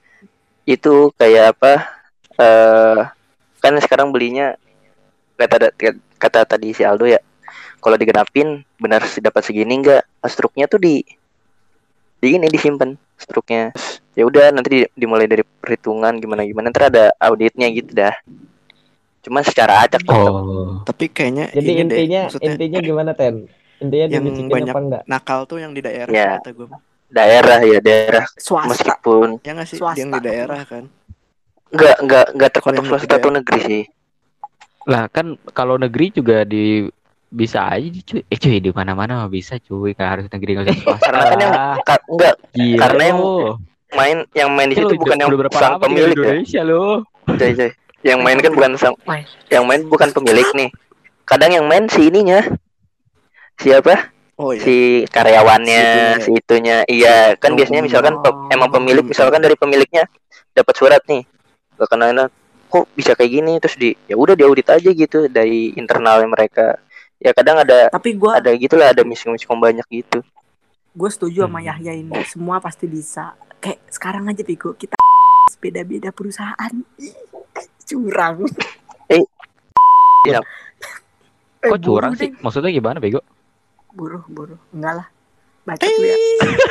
Speaker 4: itu kayak apa? Eh kan sekarang belinya kata kata tadi si Aldo ya. Kalau digenapin benar sih dapat segini enggak? Struknya tuh di di ini disimpan struknya. Ya udah nanti di- dimulai dari perhitungan gimana gimana ntar ada auditnya gitu dah. Cuman secara acak tetap
Speaker 5: Oh.
Speaker 2: Tapi kayaknya
Speaker 3: Jadi
Speaker 2: ini
Speaker 3: intinya
Speaker 2: deh, maksudnya
Speaker 3: intinya gimana Ten? Intinya
Speaker 2: yang
Speaker 3: dibisikin
Speaker 2: banyak
Speaker 3: apa enggak?
Speaker 2: nakal tuh yang di daerah
Speaker 4: Ya.
Speaker 2: kata gue.
Speaker 4: daerah ya daerah
Speaker 6: Swasta.
Speaker 4: meskipun
Speaker 2: Ya nggak sih
Speaker 6: Swasta.
Speaker 2: yang di daerah kan.
Speaker 4: nggak nggak nggak
Speaker 2: Kalau
Speaker 4: terpatok
Speaker 2: yang
Speaker 4: swasta
Speaker 2: daerah-
Speaker 4: atau negeri sih.
Speaker 5: Lah kan kalau negeri juga di bisa aja cuy. Eh cuy di mana-mana mah bisa cuy. Nggak harus negeri nggak usah swasta.
Speaker 4: Karena kan yang
Speaker 5: lah.
Speaker 4: ka- nggak
Speaker 5: Gila
Speaker 4: karena yang
Speaker 5: lu.
Speaker 4: main yang main di
Speaker 5: Lu
Speaker 4: situ
Speaker 5: udah-
Speaker 4: bukan yang
Speaker 5: udah berapa
Speaker 4: sang
Speaker 5: lama tinggal di
Speaker 4: pemilik ya.
Speaker 5: Indonesia lu?
Speaker 4: Coy, coy. Yang main kan bukan sang
Speaker 6: Main.
Speaker 4: yang main bukan pemilik nih. Kadang yang main si ininya. Siapa?
Speaker 2: Oh iya.
Speaker 4: Si karyawannya,
Speaker 2: Si
Speaker 4: si itunya. Iya, kan
Speaker 2: Oh.
Speaker 4: biasanya misalkan pe- emang pemilik
Speaker 2: Hmm.
Speaker 4: misalkan dari pemiliknya dapat surat nih. Gak kenal kok bisa kayak gini terus di ya udah diaudit aja gitu dari internalnya mereka. Ya kadang ada
Speaker 6: Tapi gue
Speaker 4: ada gitulah ada miskom-miskom banyak gitu.
Speaker 6: gue setuju sama
Speaker 5: Hmm.
Speaker 6: Yahya ini. Semua pasti bisa. Kayak sekarang aja Bego kita beda-beda perusahaan. Ih, curang.
Speaker 4: Eh, iya.
Speaker 6: Eh,
Speaker 5: Kok curang
Speaker 6: buruh
Speaker 5: sih?
Speaker 6: deh.
Speaker 5: Maksudnya gimana bego?
Speaker 6: Buruh, buruh. Enggak lah. Baca dulu ya.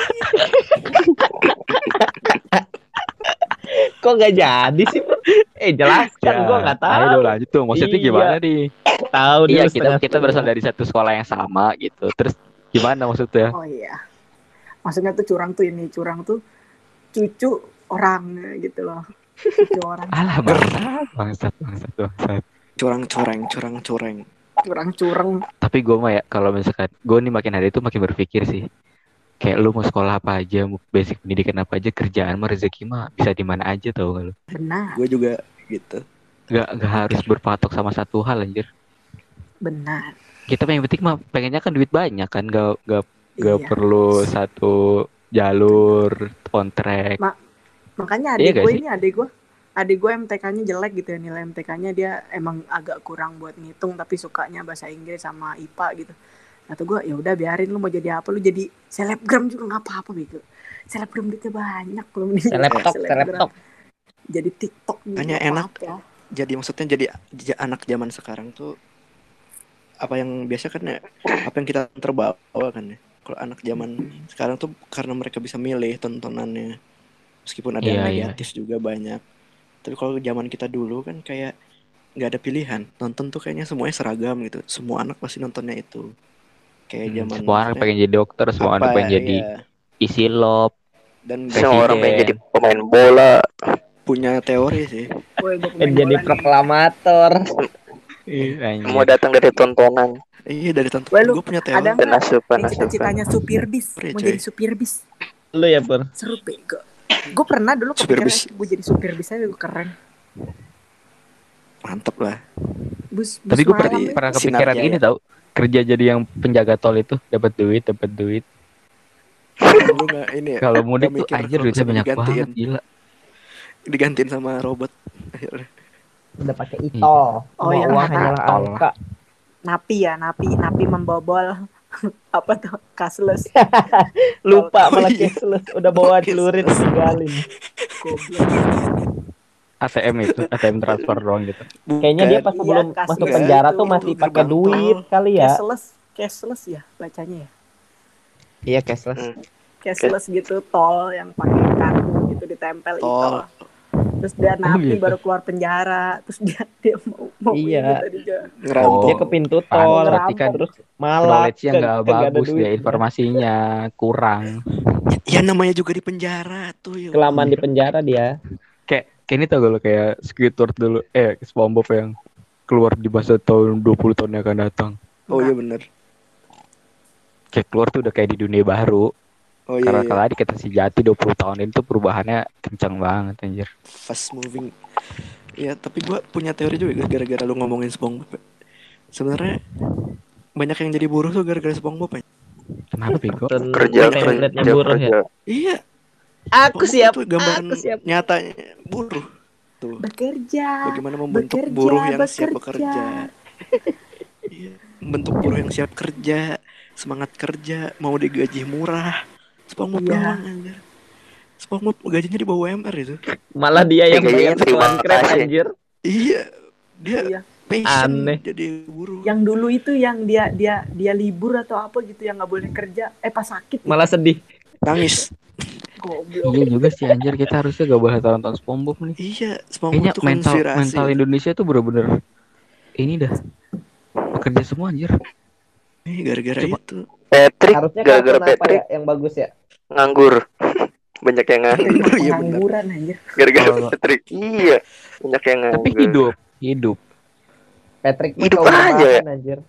Speaker 3: Kok nggak jadi sih? Eh jelaskan,
Speaker 5: Ya,
Speaker 3: gua nggak tahu.
Speaker 5: Ayo lanjut tuh. Maksudnya
Speaker 3: Iya.
Speaker 5: gimana nih?
Speaker 3: Tahu
Speaker 5: Iya
Speaker 3: dulu
Speaker 5: kita
Speaker 3: setengah-
Speaker 5: kita berasal dari satu sekolah yang sama gitu. Terus gimana maksudnya?
Speaker 6: Oh iya. Maksudnya tuh curang tuh ini, curang tuh cucu orang gitu loh. Cucu orang.
Speaker 5: Alah bangsat, bangsat, bangsat, bangsat.
Speaker 2: Curang-curang, curang-curang.
Speaker 6: Curang-curang.
Speaker 5: Tapi gue mah ya kalau misalkan gue nih makin hari itu makin berpikir sih. Kayak lu mau sekolah apa aja, mau basic pendidikan apa aja, kerjaan mah rezeki mah bisa di mana aja tau gak lu?
Speaker 6: Benar,
Speaker 2: Gue juga gitu.
Speaker 5: Gak gak harus berpatok sama satu hal anjir.
Speaker 6: benar.
Speaker 5: Kita yang penting mah pengennya kan duit banyak kan, gak gak gak
Speaker 6: Iya.
Speaker 5: perlu satu jalur kontrak.
Speaker 6: Makanya
Speaker 5: Iya
Speaker 6: adik
Speaker 5: gak
Speaker 6: gue
Speaker 5: sih?
Speaker 6: ini adik gue adik gue M T K-nya jelek gitu ya, nilai M T K-nya dia emang agak kurang buat ngitung tapi sukanya bahasa Inggris sama I P A gitu. Kata gue ya udah biarin, lu mau jadi apa, lu jadi selebgram juga nggak apa-apa gitu. Selebgram duitnya banyak, lu mending
Speaker 3: Selebtok,
Speaker 6: selebgram.
Speaker 3: selebtok.
Speaker 6: Jadi TikTok juga
Speaker 2: Hanya
Speaker 6: nggak
Speaker 2: enak.
Speaker 6: apa-apa.
Speaker 2: jadi maksudnya jadi j- anak zaman sekarang tuh apa yang biasa kan ya, apa yang kita terbawa kan ya. Kalau anak zaman sekarang tuh karena mereka bisa milih tontonannya, meskipun ada yang
Speaker 5: Iya, iya.
Speaker 2: negatif juga banyak. Tapi kalau zaman kita dulu kan kayak nggak ada pilihan, nonton tuh kayaknya semuanya seragam gitu, semua anak pasti nontonnya itu. Kayak
Speaker 5: Hmm,
Speaker 2: zaman
Speaker 5: semua orang
Speaker 2: maksudnya
Speaker 5: pengen jadi dokter, semua
Speaker 2: apa
Speaker 5: orang pengen jadi
Speaker 2: ya,
Speaker 5: isi lop,
Speaker 2: dan
Speaker 4: Semua orang pengen
Speaker 5: presiden.
Speaker 4: jadi pemain bola.
Speaker 2: punya teori sih.
Speaker 6: Woi, gue
Speaker 3: Pengen
Speaker 6: pemain
Speaker 3: jadi
Speaker 6: bola nih.
Speaker 3: proklamator.
Speaker 5: Ih,
Speaker 4: Semua
Speaker 5: anjir.
Speaker 4: datang dari tontonan.
Speaker 2: Iya dari tonton
Speaker 6: Wah, lu
Speaker 2: gue punya
Speaker 6: ada
Speaker 2: teori.
Speaker 6: nggak
Speaker 4: Penasupan,
Speaker 6: yang cita-citanya supir bis?
Speaker 2: Pre,
Speaker 6: Mau
Speaker 2: coy.
Speaker 6: jadi supir bis?
Speaker 3: Lu ya, Pur?
Speaker 6: Seru bego. Gue pernah dulu
Speaker 2: Supir
Speaker 6: kepikiran
Speaker 2: bis.
Speaker 6: gue jadi supir bis aja gue keren.
Speaker 2: Mantep lah.
Speaker 6: Bus, bus
Speaker 5: Tapi gue
Speaker 6: malam
Speaker 5: pernah
Speaker 6: ya.
Speaker 5: pernah
Speaker 2: Sinar
Speaker 5: kepikiran
Speaker 2: Jaya.
Speaker 5: ini tau, kerja jadi yang penjaga tol itu dapat duit, dapat duit.
Speaker 2: Lu nggak ini ya,
Speaker 5: Kalau mudik
Speaker 2: nggak
Speaker 5: tuh
Speaker 2: mikir
Speaker 5: anjir
Speaker 2: kalau
Speaker 5: duitnya
Speaker 2: misalnya
Speaker 5: banyak
Speaker 2: digantiin,
Speaker 5: banget, gila.
Speaker 2: digantiin sama robot. Akhirnya.
Speaker 3: Udah pakai itol.
Speaker 6: Oh,
Speaker 3: Semua
Speaker 6: yang
Speaker 3: uang
Speaker 6: kata-
Speaker 3: hanyalah
Speaker 5: Tol.
Speaker 3: angka.
Speaker 6: Napi ya, napi, napi membobol apa tuh cashless.
Speaker 3: Lupa
Speaker 2: Oh,
Speaker 3: malah
Speaker 2: iya.
Speaker 3: cashless. Udah bawa
Speaker 2: Cashless.
Speaker 3: celurit tinggalin.
Speaker 6: Goblok.
Speaker 5: A T M itu, A T M transfer doang gitu.
Speaker 3: Kayaknya dia pas
Speaker 6: Iya,
Speaker 3: sebelum
Speaker 6: cashless.
Speaker 3: masuk
Speaker 2: Enggak,
Speaker 3: penjara
Speaker 6: itu-
Speaker 3: tuh
Speaker 2: itu
Speaker 3: masih pakai
Speaker 2: gerbang
Speaker 3: duit
Speaker 2: tol.
Speaker 3: kali ya.
Speaker 6: Cashless, cashless ya bacanya ya.
Speaker 3: Iya, cashless.
Speaker 4: Hmm.
Speaker 6: Cashless gitu, tol yang pakai kartu gitu ditempel
Speaker 2: Tol.
Speaker 6: itu. Terus dia napi
Speaker 5: gitu.
Speaker 6: baru keluar penjara, terus dia dia mau mau
Speaker 3: Iya.
Speaker 6: ini tadi dia.
Speaker 2: ngerampok.
Speaker 3: Dia ke pintu
Speaker 5: Pantes,
Speaker 3: tol,
Speaker 5: berarti kan
Speaker 3: terus malah
Speaker 5: knowledge-nya nggak bagus
Speaker 3: duit.
Speaker 5: ya, informasinya kurang.
Speaker 2: Ya namanya juga di penjara tuh. Ya.
Speaker 3: Kelamaan di penjara dia.
Speaker 5: Kayak kayak ini tau gak lo, kayak Squidward dulu, eh SpongeBob yang keluar di masa tahun dua puluh tahun yang akan datang.
Speaker 2: Oh iya bener.
Speaker 5: Kayak keluar tuh udah kayak di dunia baru.
Speaker 2: Oh iya,
Speaker 5: Karena
Speaker 2: iya.
Speaker 5: kalau di kita sejati dua puluh tahun ini tuh perubahannya kencang banget anjir.
Speaker 2: Fast moving. Ya tapi gue punya teori juga gara-gara lu ngomongin SpongeBob. ya. Sebenarnya banyak yang jadi buruh tuh gara-gara SpongeBob ya.
Speaker 5: Kenapa Pigo?
Speaker 3: Dan
Speaker 4: Kerja,
Speaker 3: template-nya
Speaker 4: kerja,
Speaker 3: buruh ya.
Speaker 4: kerja.
Speaker 2: Iya.
Speaker 3: Aku
Speaker 2: SpongeBob
Speaker 3: siap.
Speaker 2: Itu gambaran
Speaker 3: Aku siap.
Speaker 2: nyatanya buruh. Tuh.
Speaker 6: Bekerja.
Speaker 2: Bagaimana membentuk
Speaker 6: bekerja,
Speaker 2: buruh yang siap
Speaker 6: bekerja.
Speaker 2: bekerja. Iya. Membentuk buruh yang siap kerja, semangat kerja, mau digaji murah. SpongeBob
Speaker 6: Iya.
Speaker 2: doang anjir. SpongeBob gajinya di bawah U M R itu.
Speaker 3: Malah dia yang
Speaker 4: Kayaknya
Speaker 3: bayar
Speaker 4: terima
Speaker 3: sekolah krep
Speaker 4: kasih.
Speaker 3: anjir.
Speaker 2: Iya. Dia
Speaker 6: Iya.
Speaker 2: passion
Speaker 3: Aneh.
Speaker 2: jadi buruh.
Speaker 6: Yang dulu itu yang dia dia dia libur atau apa gitu yang nggak boleh kerja, eh pas sakit.
Speaker 3: Malah sedih.
Speaker 2: Nangis.
Speaker 6: Goblok.
Speaker 5: Iya juga sih anjir, kita harusnya gak bahas nonton SpongeBob nih.
Speaker 2: Iya,
Speaker 5: Kayaknya
Speaker 2: SpongeBob tuh
Speaker 5: mental
Speaker 2: konspirasi.
Speaker 5: mental Indonesia tuh bener-bener ini dah bekerja semua anjir.
Speaker 2: Ih, gara-gara
Speaker 5: Coba.
Speaker 2: itu.
Speaker 4: Patrick
Speaker 3: Harusnya
Speaker 4: gara-gara
Speaker 3: kartun apa
Speaker 4: Patrick
Speaker 3: ya yang bagus ya?
Speaker 4: nganggur. Banyak yang nganggur
Speaker 2: Iya benar.
Speaker 6: Pengangguran anjir.
Speaker 4: gara-gara
Speaker 5: Oh.
Speaker 4: Patrick. Iya. Banyak yang nganggur.
Speaker 5: Tapi hidup, hidup.
Speaker 3: Patrick mah
Speaker 4: Hidup
Speaker 3: kaum
Speaker 4: aja
Speaker 3: rebahan,
Speaker 4: ya.
Speaker 3: anjir.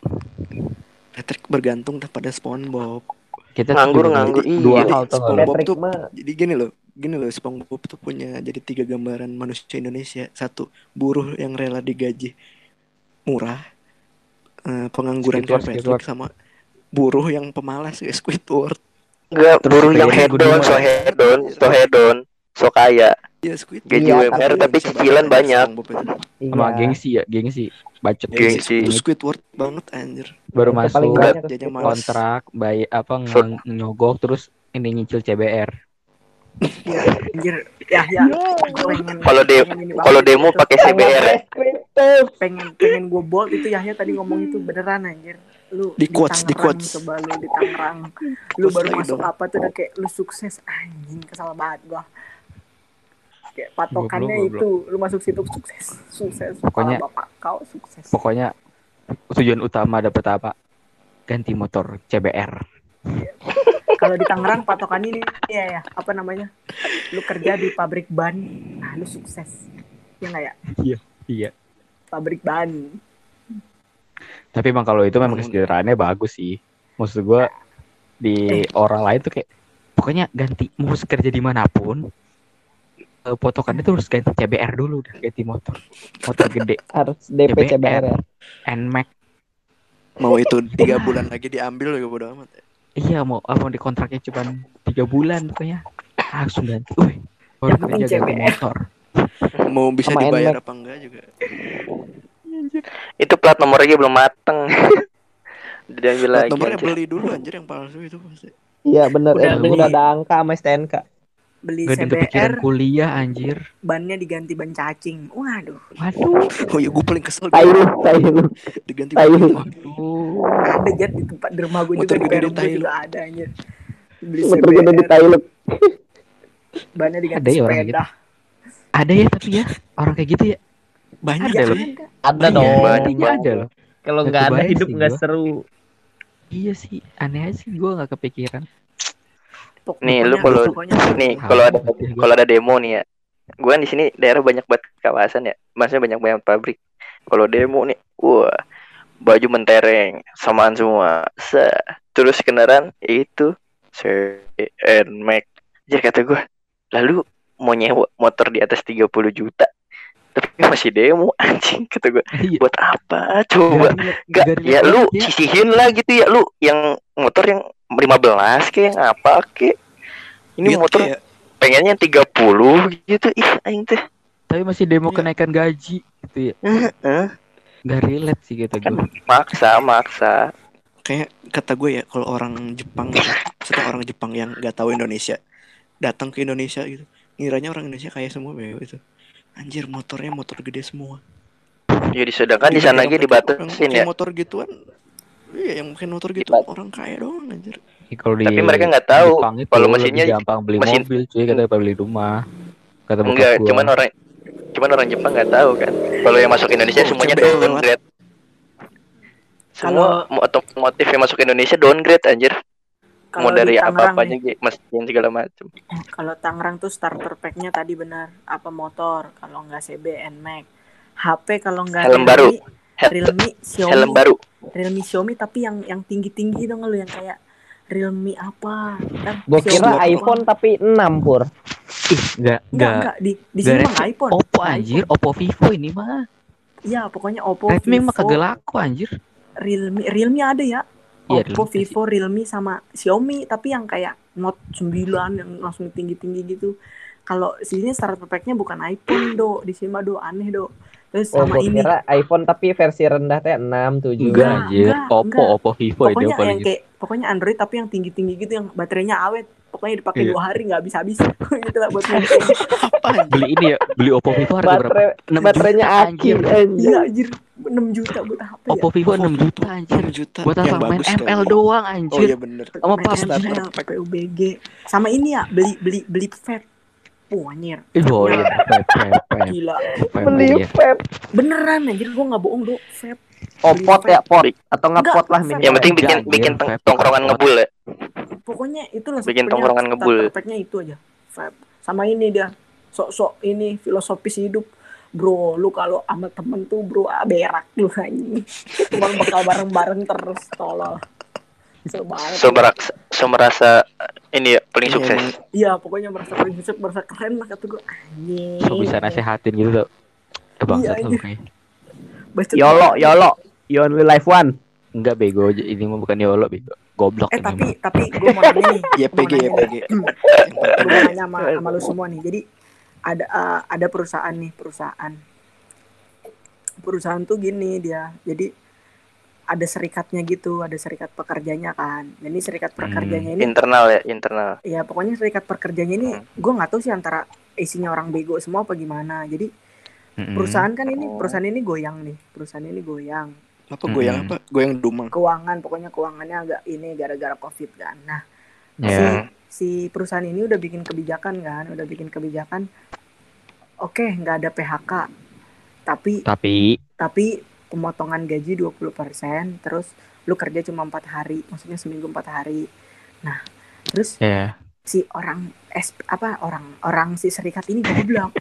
Speaker 2: Patrick bergantung pada SpongeBob.
Speaker 5: Kita tuh
Speaker 4: Nganggur,
Speaker 5: juga
Speaker 4: nganggur.
Speaker 5: dua
Speaker 4: Iya.
Speaker 5: hal tuh.
Speaker 2: SpongeBob
Speaker 3: Patrick
Speaker 2: tuh
Speaker 3: mah
Speaker 2: jadi gini loh. Gini loh, SpongeBob tuh punya jadi tiga gambaran manusia Indonesia. Satu, buruh yang rela digaji murah. Eh, pengangguran
Speaker 5: Squidward,
Speaker 2: kayak
Speaker 5: Squidward.
Speaker 2: Patrick sama buruh yang pemalas kayak Squidward.
Speaker 4: Enggak,
Speaker 5: Terus
Speaker 4: buruh
Speaker 5: kita
Speaker 4: yang
Speaker 5: jadi
Speaker 4: hedon,
Speaker 5: guru
Speaker 4: so
Speaker 5: mah.
Speaker 4: hedon, so hedon, so kaya.
Speaker 2: Iya, Squidward.
Speaker 4: Gaji
Speaker 3: Iya,
Speaker 4: U M R
Speaker 3: tapi
Speaker 4: tapi
Speaker 2: Indonesia
Speaker 4: cicilan
Speaker 2: banget
Speaker 4: banyak.
Speaker 2: SpongeBob itu.
Speaker 5: Sama
Speaker 3: iya.
Speaker 5: gengsi ya, gengsi. Bacot
Speaker 4: Gengsi.
Speaker 2: Gengsi. Itu Squidward banget anjir.
Speaker 5: baru
Speaker 3: Itu paling
Speaker 5: masuk
Speaker 3: banyak
Speaker 2: Kerjanya
Speaker 3: tuh.
Speaker 2: malas.
Speaker 5: kontrak, bayi apa
Speaker 4: So-
Speaker 5: nge- nyogok terus ini nyicil C B R.
Speaker 6: Iya, anjir. Ya ya. Pengen,
Speaker 4: Kalau de-
Speaker 6: pengen ini
Speaker 4: Kalau
Speaker 6: banget
Speaker 4: demo
Speaker 6: gitu.
Speaker 4: pakai C B R ya.
Speaker 6: pengen pengen gue bold itu Yahya tadi ngomong itu beneran anjir. Lu
Speaker 2: Di quotes, di
Speaker 6: Tangerang,
Speaker 2: quotes.
Speaker 6: coba lu di Tangerang. Lu
Speaker 2: Quotes
Speaker 6: baru
Speaker 2: lagi
Speaker 6: masuk
Speaker 2: dong.
Speaker 6: apa tuh udah kayak lu sukses anjing, kesal banget gua. Kayak patokannya
Speaker 5: Goblok,
Speaker 6: itu lu masuk situ sukses, sukses.
Speaker 5: Pokoknya-
Speaker 6: Kepala bapak kau sukses.
Speaker 5: Pokoknya tujuan utama dapet apa? Ganti motor C B R.
Speaker 6: Kalau di Tangerang patokan ini ya ya, apa namanya? Lu kerja di pabrik ban, nah lu sukses. Ya enggak ya?
Speaker 5: Iya.
Speaker 6: Pabrik ban.
Speaker 5: Tapi emang kalau itu memang
Speaker 2: Namun-
Speaker 5: kesejahteraannya bagus sih. Maksud gue di orang lain tuh kayak pokoknya ganti mau kerja dimanapun, eh, potokannya tuh harus ganti C B R dulu, udah ganti motor, motor gede,
Speaker 3: Harus D P C B R ya.
Speaker 5: N-Max.
Speaker 2: Mau itu tiga bulan lagi diambil juga bodo amat.
Speaker 5: Iya mau apa di kontraknya cuma tiga bulan pokoknya langsung ganti. Wih, baru
Speaker 6: Yang penting
Speaker 5: kerja ganti
Speaker 6: C B R.
Speaker 5: motor.
Speaker 2: Mau bisa
Speaker 3: Sama
Speaker 2: dibayar
Speaker 3: N-Max.
Speaker 2: apa enggak juga.
Speaker 4: Itu plat nomornya belum mateng. Udah ambil
Speaker 2: Plat
Speaker 4: lagi.
Speaker 2: nomornya
Speaker 4: anjir.
Speaker 2: beli dulu anjir yang palsu itu pasti.
Speaker 3: Iya bener,
Speaker 6: Udah
Speaker 3: yang penting
Speaker 5: beli.
Speaker 3: udah ada angka sama S T N K.
Speaker 6: beli
Speaker 5: Gak ada
Speaker 6: C B
Speaker 5: kepikiran
Speaker 6: R,
Speaker 5: kuliah anjir.
Speaker 6: bannya diganti ban cacing. Waduh,
Speaker 5: Waduh.
Speaker 2: Oh ya gue paling kesel
Speaker 3: Tai lu, tai lu.
Speaker 2: diganti
Speaker 3: Tai
Speaker 2: ban.
Speaker 3: lu.
Speaker 5: Waduh.
Speaker 6: ada Jet di tempat di rumah gue juga,
Speaker 2: Motor
Speaker 6: di
Speaker 2: gede
Speaker 6: Perum
Speaker 2: di
Speaker 6: gue
Speaker 2: tai
Speaker 6: juga
Speaker 2: lu.
Speaker 6: ada anjir. Beli
Speaker 3: Motor gede di
Speaker 6: C B R,
Speaker 3: tai lu.
Speaker 6: bannya diganti
Speaker 5: Ada ya orang
Speaker 6: sepeda.
Speaker 5: Ada ya tapi ya orang kayak gitu ya.
Speaker 2: Banyak
Speaker 5: Ada
Speaker 6: Ya
Speaker 5: loh.
Speaker 2: sih.
Speaker 6: ada.
Speaker 3: Ada
Speaker 5: Iya,
Speaker 3: dong.
Speaker 5: buktinya ada loh.
Speaker 3: Kalau
Speaker 5: Nggak
Speaker 3: nggak ada
Speaker 5: kebayang
Speaker 3: hidup
Speaker 5: sih
Speaker 3: nggak
Speaker 5: gua.
Speaker 3: seru.
Speaker 5: Iya sih, aneh aja sih gue nggak kepikiran.
Speaker 6: Pok-
Speaker 4: Nih lu
Speaker 6: pokoknya-
Speaker 4: kalau
Speaker 6: pokoknya
Speaker 4: nih
Speaker 5: Tahu
Speaker 4: kalau ada
Speaker 5: banget ya gua.
Speaker 4: kalau ada demo nih ya. Gua di sini daerah banyak banget kawasan ya. Maksudnya banyak banyak pabrik. Kalau demo nih, wah baju mentereng, samaan semua. Se terus kendaraan itu C N Max. Jadi kata gua, lalu mau nyewa motor di atas tiga puluh juta. Tapi masih demo anjing kata gua.
Speaker 5: Iya.
Speaker 4: Buat apa coba?
Speaker 5: Gak relate-
Speaker 4: Gak,
Speaker 5: gak relate
Speaker 4: ya lu
Speaker 5: banget ya.
Speaker 4: sisihin lah gitu ya lu yang motor yang lima belas kayak yang apa kek. Ini
Speaker 2: Lihat
Speaker 4: motor
Speaker 2: kayak
Speaker 4: pengennya tiga puluh gitu. Ih aing teh.
Speaker 5: Tapi masih demo
Speaker 2: Iya.
Speaker 5: kenaikan gaji gitu ya.
Speaker 4: Heeh.
Speaker 5: Gak relate sih kata gue.
Speaker 4: Maksa, maksa.
Speaker 2: kayak kata gue ya kalau orang Jepang gitu, maksudnya orang Jepang yang nggak tahu Indonesia datang ke Indonesia gitu, ngiranya orang Indonesia kayak semua beo itu. Anjir motornya motor gede semua.
Speaker 4: Jadi sedangkan di sana lagi
Speaker 2: Yang
Speaker 4: dibatasin
Speaker 2: pakai
Speaker 4: ya.
Speaker 2: motor gituan, iya yang pakai motor gitu
Speaker 4: Dibat-
Speaker 2: orang kaya doang anjir.
Speaker 5: Ya, kalau di
Speaker 4: Tapi mereka nggak tahu
Speaker 5: Jepang itu
Speaker 4: kalau
Speaker 5: lebih
Speaker 4: mesinnya
Speaker 5: gampang beli
Speaker 4: mesin-
Speaker 5: mobil cuy kata beli rumah. Kata bokap
Speaker 4: Enggak,
Speaker 5: gua.
Speaker 4: cuman orang cuman orang Jepang nggak tahu kan. Kalau yang masuk Indonesia
Speaker 2: Oh,
Speaker 4: semuanya
Speaker 2: C B L lewat.
Speaker 4: downgrade. Semua mo- otomotif yang masuk Indonesia downgrade anjir. Mau
Speaker 6: Kalau
Speaker 4: dari
Speaker 6: di Tangerang
Speaker 4: apa-apanya
Speaker 6: nih,
Speaker 4: gitu, mesin segala macam.
Speaker 6: kalau Tangerang tuh starter pack-nya tadi benar, apa motor, kalau nggak C B N Max, H P kalau nggak
Speaker 4: Helm baru.
Speaker 6: Realme,
Speaker 4: Hel-
Speaker 6: Realme, Xiaomi,
Speaker 4: Helm baru.
Speaker 6: Realme Xiaomi tapi yang yang tinggi-tinggi dong lu, yang kayak Realme apa? Ntar
Speaker 3: Gue
Speaker 6: Xiaomi
Speaker 3: kira
Speaker 6: apa?
Speaker 3: iPhone tapi enam pur.
Speaker 5: Ih, enggak
Speaker 6: Enggak,
Speaker 5: enggak.
Speaker 6: enggak di di
Speaker 5: Gak
Speaker 6: sini mah
Speaker 5: Redmi,
Speaker 6: nggak iPhone.
Speaker 5: Oppo
Speaker 6: Nggak
Speaker 5: anjir,
Speaker 6: iPhone.
Speaker 5: Oppo Vivo ini mah.
Speaker 6: Iya, pokoknya Oppo,
Speaker 5: Redmi mah
Speaker 6: Vivo,
Speaker 5: kagak laku anjir.
Speaker 6: Realme, Realme ada ya.
Speaker 5: Iya,
Speaker 6: Oppo,
Speaker 5: Realme sih.
Speaker 6: Vivo, Realme sama Xiaomi tapi yang kayak Note sembilan yang langsung tinggi-tinggi gitu. Kalau sini starter pack-nya bukan iPhone do, di sini mah do aneh do. Terus
Speaker 3: Oh,
Speaker 6: sama
Speaker 3: gue
Speaker 6: ini
Speaker 3: kira iPhone tapi versi rendah teh enam, tujuh.
Speaker 5: Enggak
Speaker 6: Enggak,
Speaker 5: anjir.
Speaker 6: enggak,
Speaker 5: Oppo,
Speaker 6: enggak.
Speaker 5: Oppo Vivo itu
Speaker 6: pokoknya
Speaker 5: paling
Speaker 6: yang
Speaker 5: gitu.
Speaker 6: kayak pokoknya Android tapi yang tinggi-tinggi gitu yang baterainya awet. Pokoknya dipakai
Speaker 5: Iya.
Speaker 6: dua hari nggak habis-habis. Gitu lah buat ngetik.
Speaker 2: Apa anjir?
Speaker 5: Beli ini ya, beli Oppo Vivo harga berapa?
Speaker 3: Baterai
Speaker 5: enam
Speaker 3: baterainya
Speaker 5: juta,
Speaker 3: aki
Speaker 5: anjir.
Speaker 3: anjir.
Speaker 6: Iya anjir, enam juta buat apa ya?
Speaker 5: Oppo Vivo enam juta anjir.
Speaker 2: enam juta
Speaker 5: Buat
Speaker 2: yang
Speaker 5: apa? Main
Speaker 2: bagus
Speaker 5: M L
Speaker 2: kali.
Speaker 5: doang
Speaker 2: Oh
Speaker 5: anjir.
Speaker 2: iya bener.
Speaker 5: Sama
Speaker 6: Main
Speaker 5: P U B G.
Speaker 6: M L, P U B G. Sama ini ya, beli beli beli vape. Wah anjir.
Speaker 5: Ih, oh iya, vape, vape, vape,
Speaker 6: Gila.
Speaker 5: vape,
Speaker 3: Beli
Speaker 5: iya.
Speaker 3: vape.
Speaker 6: Beneran anjir, gua enggak bohong do, vape.
Speaker 3: Oh,
Speaker 6: Beli
Speaker 3: pot
Speaker 6: vape.
Speaker 3: ya, pot atau nggak
Speaker 6: Enggak,
Speaker 3: pot lah
Speaker 6: vape.
Speaker 3: minimal.
Speaker 4: Yang penting bikin
Speaker 5: Anjir,
Speaker 4: bikin tong-
Speaker 5: vape,
Speaker 4: tongkrongan
Speaker 5: vape.
Speaker 4: ngebul ya.
Speaker 6: Pokoknya itu lah
Speaker 4: Bikin
Speaker 6: pokoknya
Speaker 4: tongkrongan ngebul.
Speaker 6: starter pack-nya itu aja. Vape. Sama ini dia, sok-sok ini filosofis hidup. Bro, lu kalau sama temen tuh bro, ah, berak lu anjing. Cuma bakal bareng-bareng terus tolol. Bisa banget.
Speaker 4: So, berak- so merasa ini ya paling
Speaker 2: Iya,
Speaker 4: sukses.
Speaker 2: emang.
Speaker 6: Iya, pokoknya merasa paling sukses, merasa keren lah kata gue. Anjing.
Speaker 5: So bisa nasehatin gitu tuh. Eh bangsat
Speaker 6: Iya,
Speaker 5: lu
Speaker 6: anjir.
Speaker 5: kayak.
Speaker 6: Bacot
Speaker 3: Yolo,
Speaker 6: banget.
Speaker 3: yolo. You only live one.
Speaker 5: Enggak bego, ini mah bukan YOLO bego. Goblok
Speaker 6: Eh
Speaker 5: ini
Speaker 6: tapi
Speaker 5: mah.
Speaker 6: tapi gue mau nanya nih.
Speaker 2: Y P G
Speaker 6: Mau
Speaker 2: Y
Speaker 6: nanya
Speaker 2: P G.
Speaker 6: nih.
Speaker 2: Yang
Speaker 6: Gue
Speaker 2: penting
Speaker 6: mau nanya sama, sama lu semua nih. Jadi ada uh, ada perusahaan nih, perusahaan. Perusahaan tuh gini dia. Jadi ada serikatnya gitu, ada serikat pekerjanya kan. Jadi serikat pekerjanya ini
Speaker 4: Internal ya, internal.
Speaker 6: ya pokoknya serikat pekerjanya ini gue nggak tahu sih antara isinya orang bego semua apa gimana. Jadi
Speaker 5: Mm-mm.
Speaker 6: perusahaan kan ini perusahaan ini goyang nih. Perusahaan ini goyang.
Speaker 2: apa goyang
Speaker 5: Mm-mm.
Speaker 2: apa? Goyang dumang.
Speaker 6: Keuangan pokoknya keuangannya agak ini gara-gara Covid kan. Nah,
Speaker 5: Ya.
Speaker 6: si perusahaan ini udah bikin kebijakan kan, udah bikin kebijakan. Oke, nggak ada P H K. Tapi
Speaker 5: Tapi
Speaker 6: tapi pemotongan gaji dua puluh persen, terus lu kerja cuma empat hari, maksudnya seminggu empat hari. Nah, terus
Speaker 5: ya.
Speaker 6: si orang es apa orang orang si serikat ini goblok.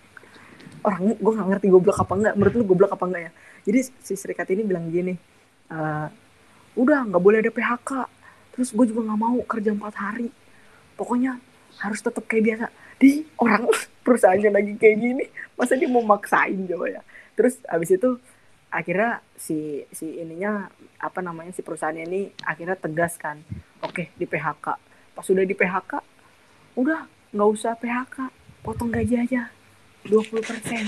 Speaker 6: Orang gue nggak ngerti goblok apa enggak. Menurut lu goblok apa enggak ya? Jadi si serikat ini bilang gini, "Eh, udah nggak boleh ada P H K. Terus gue juga nggak mau kerja empat hari. Pokoknya harus tetap kayak biasa." Di orang perusahaannya lagi kayak gini, masa dia mau maksain coba ya? Terus abis itu akhirnya si si ininya apa namanya si perusahaannya ini akhirnya tegas kan, oke di P H K. Pas sudah di P H K, udah nggak usah P H K, potong gaji aja dua puluh persen.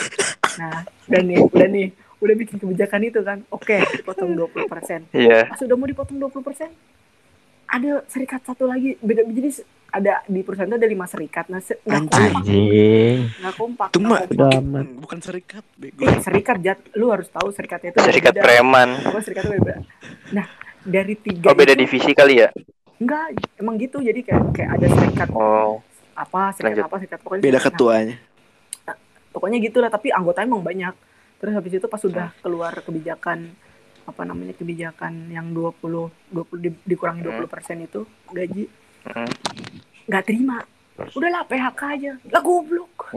Speaker 6: Nah, dan nih udah nih udah bikin kebijakan itu kan, oke potong dua puluh persen.
Speaker 4: Iya.
Speaker 6: Pas udah mau dipotong dua puluh persen, ada serikat satu lagi beda. Jadi ada di perusahaan itu ada lima serikat. Nah, se- nggak
Speaker 2: Anjing.
Speaker 6: kompak.
Speaker 3: Anjing.
Speaker 6: Nggak kompak.
Speaker 2: Itu mah
Speaker 6: nggak kompak.
Speaker 3: Amat.
Speaker 2: bukan serikat, bego.
Speaker 6: Eh, serikat Jat, lu harus tahu serikatnya itu
Speaker 4: Serikat
Speaker 6: beda.
Speaker 4: preman.
Speaker 6: Pokoknya serikatnya beda. Nah, dari tiga
Speaker 4: Oh beda
Speaker 6: itu,
Speaker 4: divisi kali ya?
Speaker 6: enggak, emang gitu. Jadi kayak kayak ada serikat
Speaker 4: Oh.
Speaker 6: apa, serikat
Speaker 4: Lanjut.
Speaker 6: apa, serikat pokoknya.
Speaker 2: Beda
Speaker 6: serikat.
Speaker 2: ketuanya.
Speaker 6: Nah, pokoknya gitulah, tapi anggotanya emang banyak. Terus habis itu pas sudah keluar kebijakan apa namanya kebijakan yang dua puluh dua puluh di, dikurangi dua puluh persen itu gaji,
Speaker 4: Mm.
Speaker 6: nggak terima. Udahlah P H K aja. Lah goblok.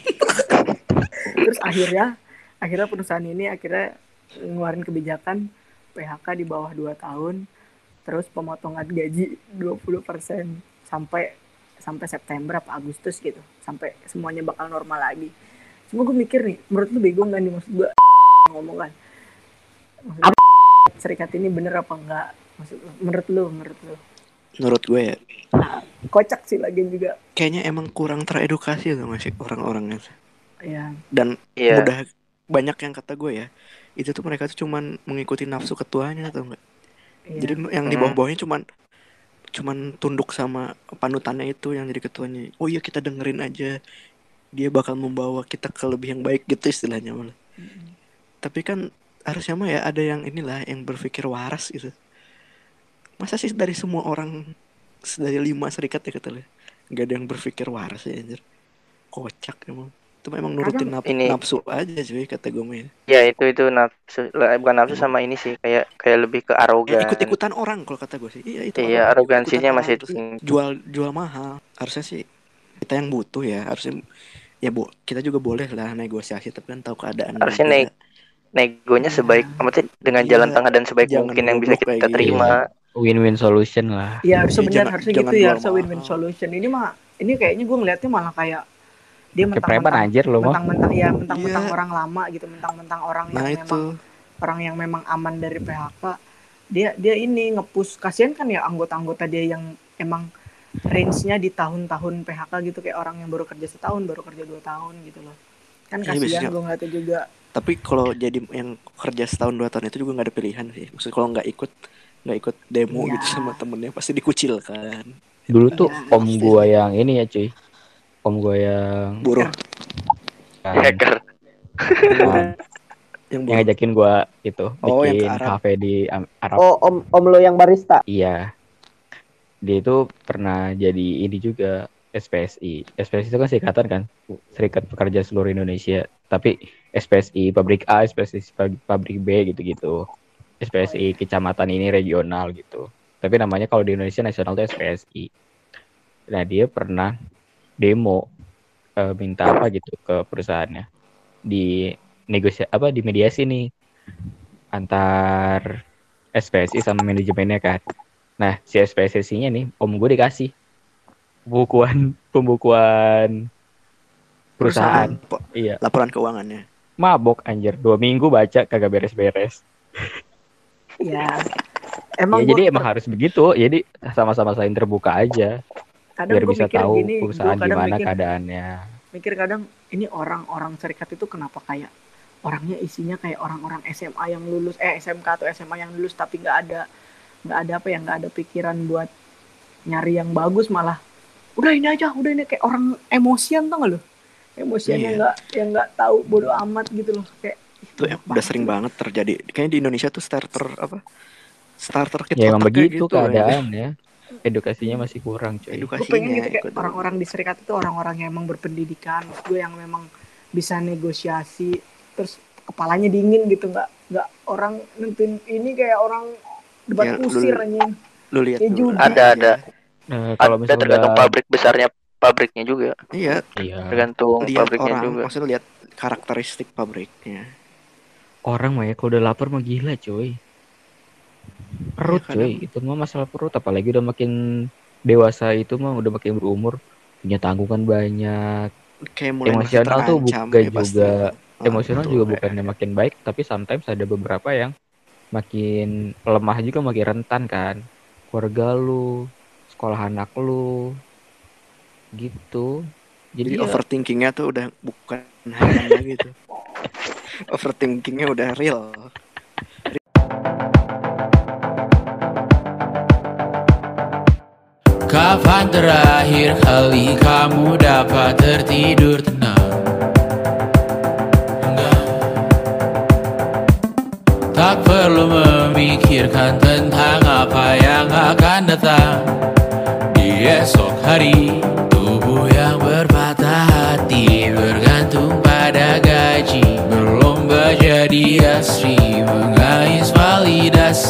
Speaker 6: Terus akhirnya akhirnya perusahaan ini akhirnya ngeluarin kebijakan P H K di bawah dua tahun, terus pemotongan gaji dua puluh persen sampai sampai September apa Agustus gitu, sampai semuanya bakal normal lagi. Cuma gue mikir nih, menurut lu bego nggak nih, maksud gue ngomong kan, maksudnya serikat ini bener apa enggak, maksud lu, menurut lu menurut lu
Speaker 2: Menurut gue ya,
Speaker 6: kocak sih lagi juga
Speaker 2: kayaknya emang kurang teredukasi tuh masih orang-orangnya.
Speaker 6: ya.
Speaker 2: Dan
Speaker 4: Iya.
Speaker 2: mudah banyak yang kata gue ya, itu tuh mereka tuh cuman mengikuti nafsu ketuanya atau enggak.
Speaker 6: Iya.
Speaker 2: Jadi yang di
Speaker 4: Hmm.
Speaker 2: bawah-bawahnya cuman cuman tunduk sama panutannya itu yang jadi ketuanya. Oh iya kita dengerin aja, dia bakal membawa kita ke lebih yang baik gitu istilahnya malah. Tapi kan harusnya mah ya ada yang inilah yang berpikir waras gitu. Masa sih dari semua orang, dari lima serikat ya katanya, nggak ada yang berpikir waras ya anjir. Kocak emang. Itu memang nurutin nap-
Speaker 4: ini-
Speaker 2: nafsu aja cuy kata gue mah ya.
Speaker 4: Ya itu itu nafsu, lah, bukan nafsu sama ini sih, kayak kayak lebih ke arogan.
Speaker 2: Ya, ikut-ikutan orang kalau kata gue sih. Iya itu.
Speaker 4: Iya,
Speaker 2: arogan,
Speaker 4: arogansinya
Speaker 2: ikut-ikutan
Speaker 4: masih
Speaker 2: orang, terus
Speaker 4: tinggi.
Speaker 2: jual jual mahal. Harusnya sih kita yang butuh ya, harusnya ya bu, kita juga boleh lah negosiasi tapi kan tahu keadaan.
Speaker 4: Harusnya
Speaker 2: juga.
Speaker 4: naik negonya
Speaker 6: Iya.
Speaker 4: sebaik, maksudnya dengan
Speaker 2: Iya,
Speaker 4: jalan tengah dan sebaik
Speaker 2: jangan
Speaker 4: mungkin yang bisa
Speaker 2: goblok kayak
Speaker 4: kita
Speaker 2: gitu.
Speaker 4: terima.
Speaker 5: Win-win solution lah.
Speaker 6: Iya harusnya
Speaker 2: Iya,
Speaker 6: benar,
Speaker 2: jangan-
Speaker 6: harusnya
Speaker 2: jangan
Speaker 6: gitu ya,
Speaker 2: jual
Speaker 6: harusnya win-win
Speaker 2: mahal.
Speaker 6: solution. Ini mah, ini kayaknya gue ngeliatnya malah kayak dia
Speaker 5: Kayak preman
Speaker 6: mentang-mentang,
Speaker 5: anjir lo mah.
Speaker 6: mentang-mentang ya, mentang-mentang
Speaker 2: Iya.
Speaker 6: orang lama gitu, mentang-mentang orang
Speaker 2: Nah
Speaker 6: yang
Speaker 2: itu.
Speaker 6: memang orang yang memang aman dari P H K. Dia dia ini nge-push, kasihan kan ya anggota-anggota dia yang emang range-nya di tahun-tahun P H K gitu, kayak orang yang baru kerja setahun, baru kerja dua tahun gitu loh. Kan
Speaker 2: Iya,
Speaker 6: kasihan
Speaker 2: biasanya-
Speaker 6: gue ngeliatnya juga.
Speaker 2: Tapi kalau jadi yang kerja setahun dua tahun itu juga nggak ada pilihan sih. Maksudnya kalau nggak ikut nggak ikut demo
Speaker 6: Iya.
Speaker 2: gitu sama temennya pasti dikucilkan.
Speaker 5: Dulu tuh
Speaker 6: Iya.
Speaker 5: om gua yang ini ya cuy. Om gua yang
Speaker 2: Buruh.
Speaker 5: yang,
Speaker 4: Hacker.
Speaker 2: yang
Speaker 5: yang
Speaker 2: buruh.
Speaker 5: ngajakin gua itu
Speaker 2: Oh, yang ke
Speaker 5: bikin
Speaker 2: Arab.
Speaker 5: kafe di Am- Arab.
Speaker 3: Oh, om om lo yang barista.
Speaker 5: Iya. Dia itu pernah jadi ini juga S P S I. S P S I itu kan singkatan kan, Serikat Pekerja Seluruh Indonesia. Tapi S P S I pabrik A, S P S I pabrik B gitu-gitu. S P S I kecamatan ini regional gitu. Tapi namanya kalau di Indonesia nasional itu S P S I. Nah, dia pernah demo eh, minta apa gitu ke perusahaannya. Di negosiasi apa di mediasi nih antar S P S I sama manajemennya kan. Nah, si S P S I-nya nih, om gue dikasih pembukuan pembukuan perusahaan.
Speaker 2: Po-
Speaker 5: Iya,
Speaker 2: laporan keuangannya.
Speaker 5: mabok anjir. Dua minggu baca kagak beres-beres.
Speaker 6: Ya,
Speaker 5: Ya,
Speaker 6: emang
Speaker 5: jadi
Speaker 6: gua
Speaker 5: emang harus begitu. Jadi sama-sama saling terbuka aja
Speaker 6: kadang
Speaker 5: biar
Speaker 6: gua
Speaker 5: bisa
Speaker 6: mikir
Speaker 5: tahu
Speaker 6: gini, gua
Speaker 5: perusahaan
Speaker 6: kadang
Speaker 5: gimana
Speaker 6: mikir,
Speaker 5: keadaannya.
Speaker 6: mikir kadang ini orang-orang serikat itu kenapa kayak orangnya isinya kayak orang-orang S M A yang lulus, eh S M K atau S M A yang lulus tapi nggak ada nggak ada apa ya nggak ada pikiran buat nyari yang bagus, malah udah ini aja, udah ini kayak orang emosian, tau gak lo? Emosiannya
Speaker 2: Iya.
Speaker 6: nggak yang nggak tahu, bodo amat gitu loh, kayak
Speaker 2: Itu ya, udah sering banget terjadi. Kayaknya di Indonesia tuh starter apa? Starter kit
Speaker 5: Ya emang
Speaker 2: otaknya
Speaker 5: begitu
Speaker 2: gitu, kayaknya.
Speaker 5: keadaannya. Edukasinya masih kurang, coy.
Speaker 6: gue pengen
Speaker 2: Edukasinya
Speaker 6: gitu kayak
Speaker 2: ikut.
Speaker 6: orang-orang di serikat itu orang-orang yang emang berpendidikan, maksud gue yang memang bisa negosiasi, terus kepalanya dingin gitu, nggak nggak orang nentuin ini kayak orang debat
Speaker 2: Ya, lu-
Speaker 6: kusir anjing.
Speaker 2: Lu lihat
Speaker 6: Ya
Speaker 2: dulu.
Speaker 6: juga.
Speaker 4: Ada, ada.
Speaker 5: Nah, kalau
Speaker 4: Ada
Speaker 5: misalnya
Speaker 4: tergantung
Speaker 5: udah
Speaker 4: pabrik besarnya pabriknya juga.
Speaker 2: Iya,
Speaker 5: iya,
Speaker 4: Tergantung
Speaker 2: lihat
Speaker 4: pabriknya
Speaker 2: orang,
Speaker 4: juga.
Speaker 2: maksudnya lihat karakteristik pabriknya.
Speaker 5: orang mah ya kalau udah lapar mah gila, coy. Perut,
Speaker 2: Iya, kadang.
Speaker 5: coy. Itu mah masalah perut, apalagi udah makin dewasa itu mah udah makin berumur, punya tanggungan banyak.
Speaker 2: Kayak mulai merasa
Speaker 5: Emosional tuh
Speaker 2: terancam
Speaker 5: bukan
Speaker 2: ya pasti.
Speaker 5: juga
Speaker 2: Ah,
Speaker 5: emosional
Speaker 2: betul,
Speaker 5: juga
Speaker 2: ya.
Speaker 5: bukannya makin baik, tapi sometimes ada beberapa yang makin lemah juga, makin rentan kan. Keluarga lu, sekolah anak lu, gitu. Jadi,
Speaker 2: Jadi
Speaker 5: ya,
Speaker 2: overthinkingnya tuh udah bukan hayalan lagi tuh. Overthinkingnya udah real.
Speaker 1: Kapan terakhir kali kamu dapat tertidur tenang? Enggak. Tak perlu memikirkan tentang apa yang akan datang di esok hari. Tubuh yang berpatah hati bergantung pada gaji, berlomba jadi asri.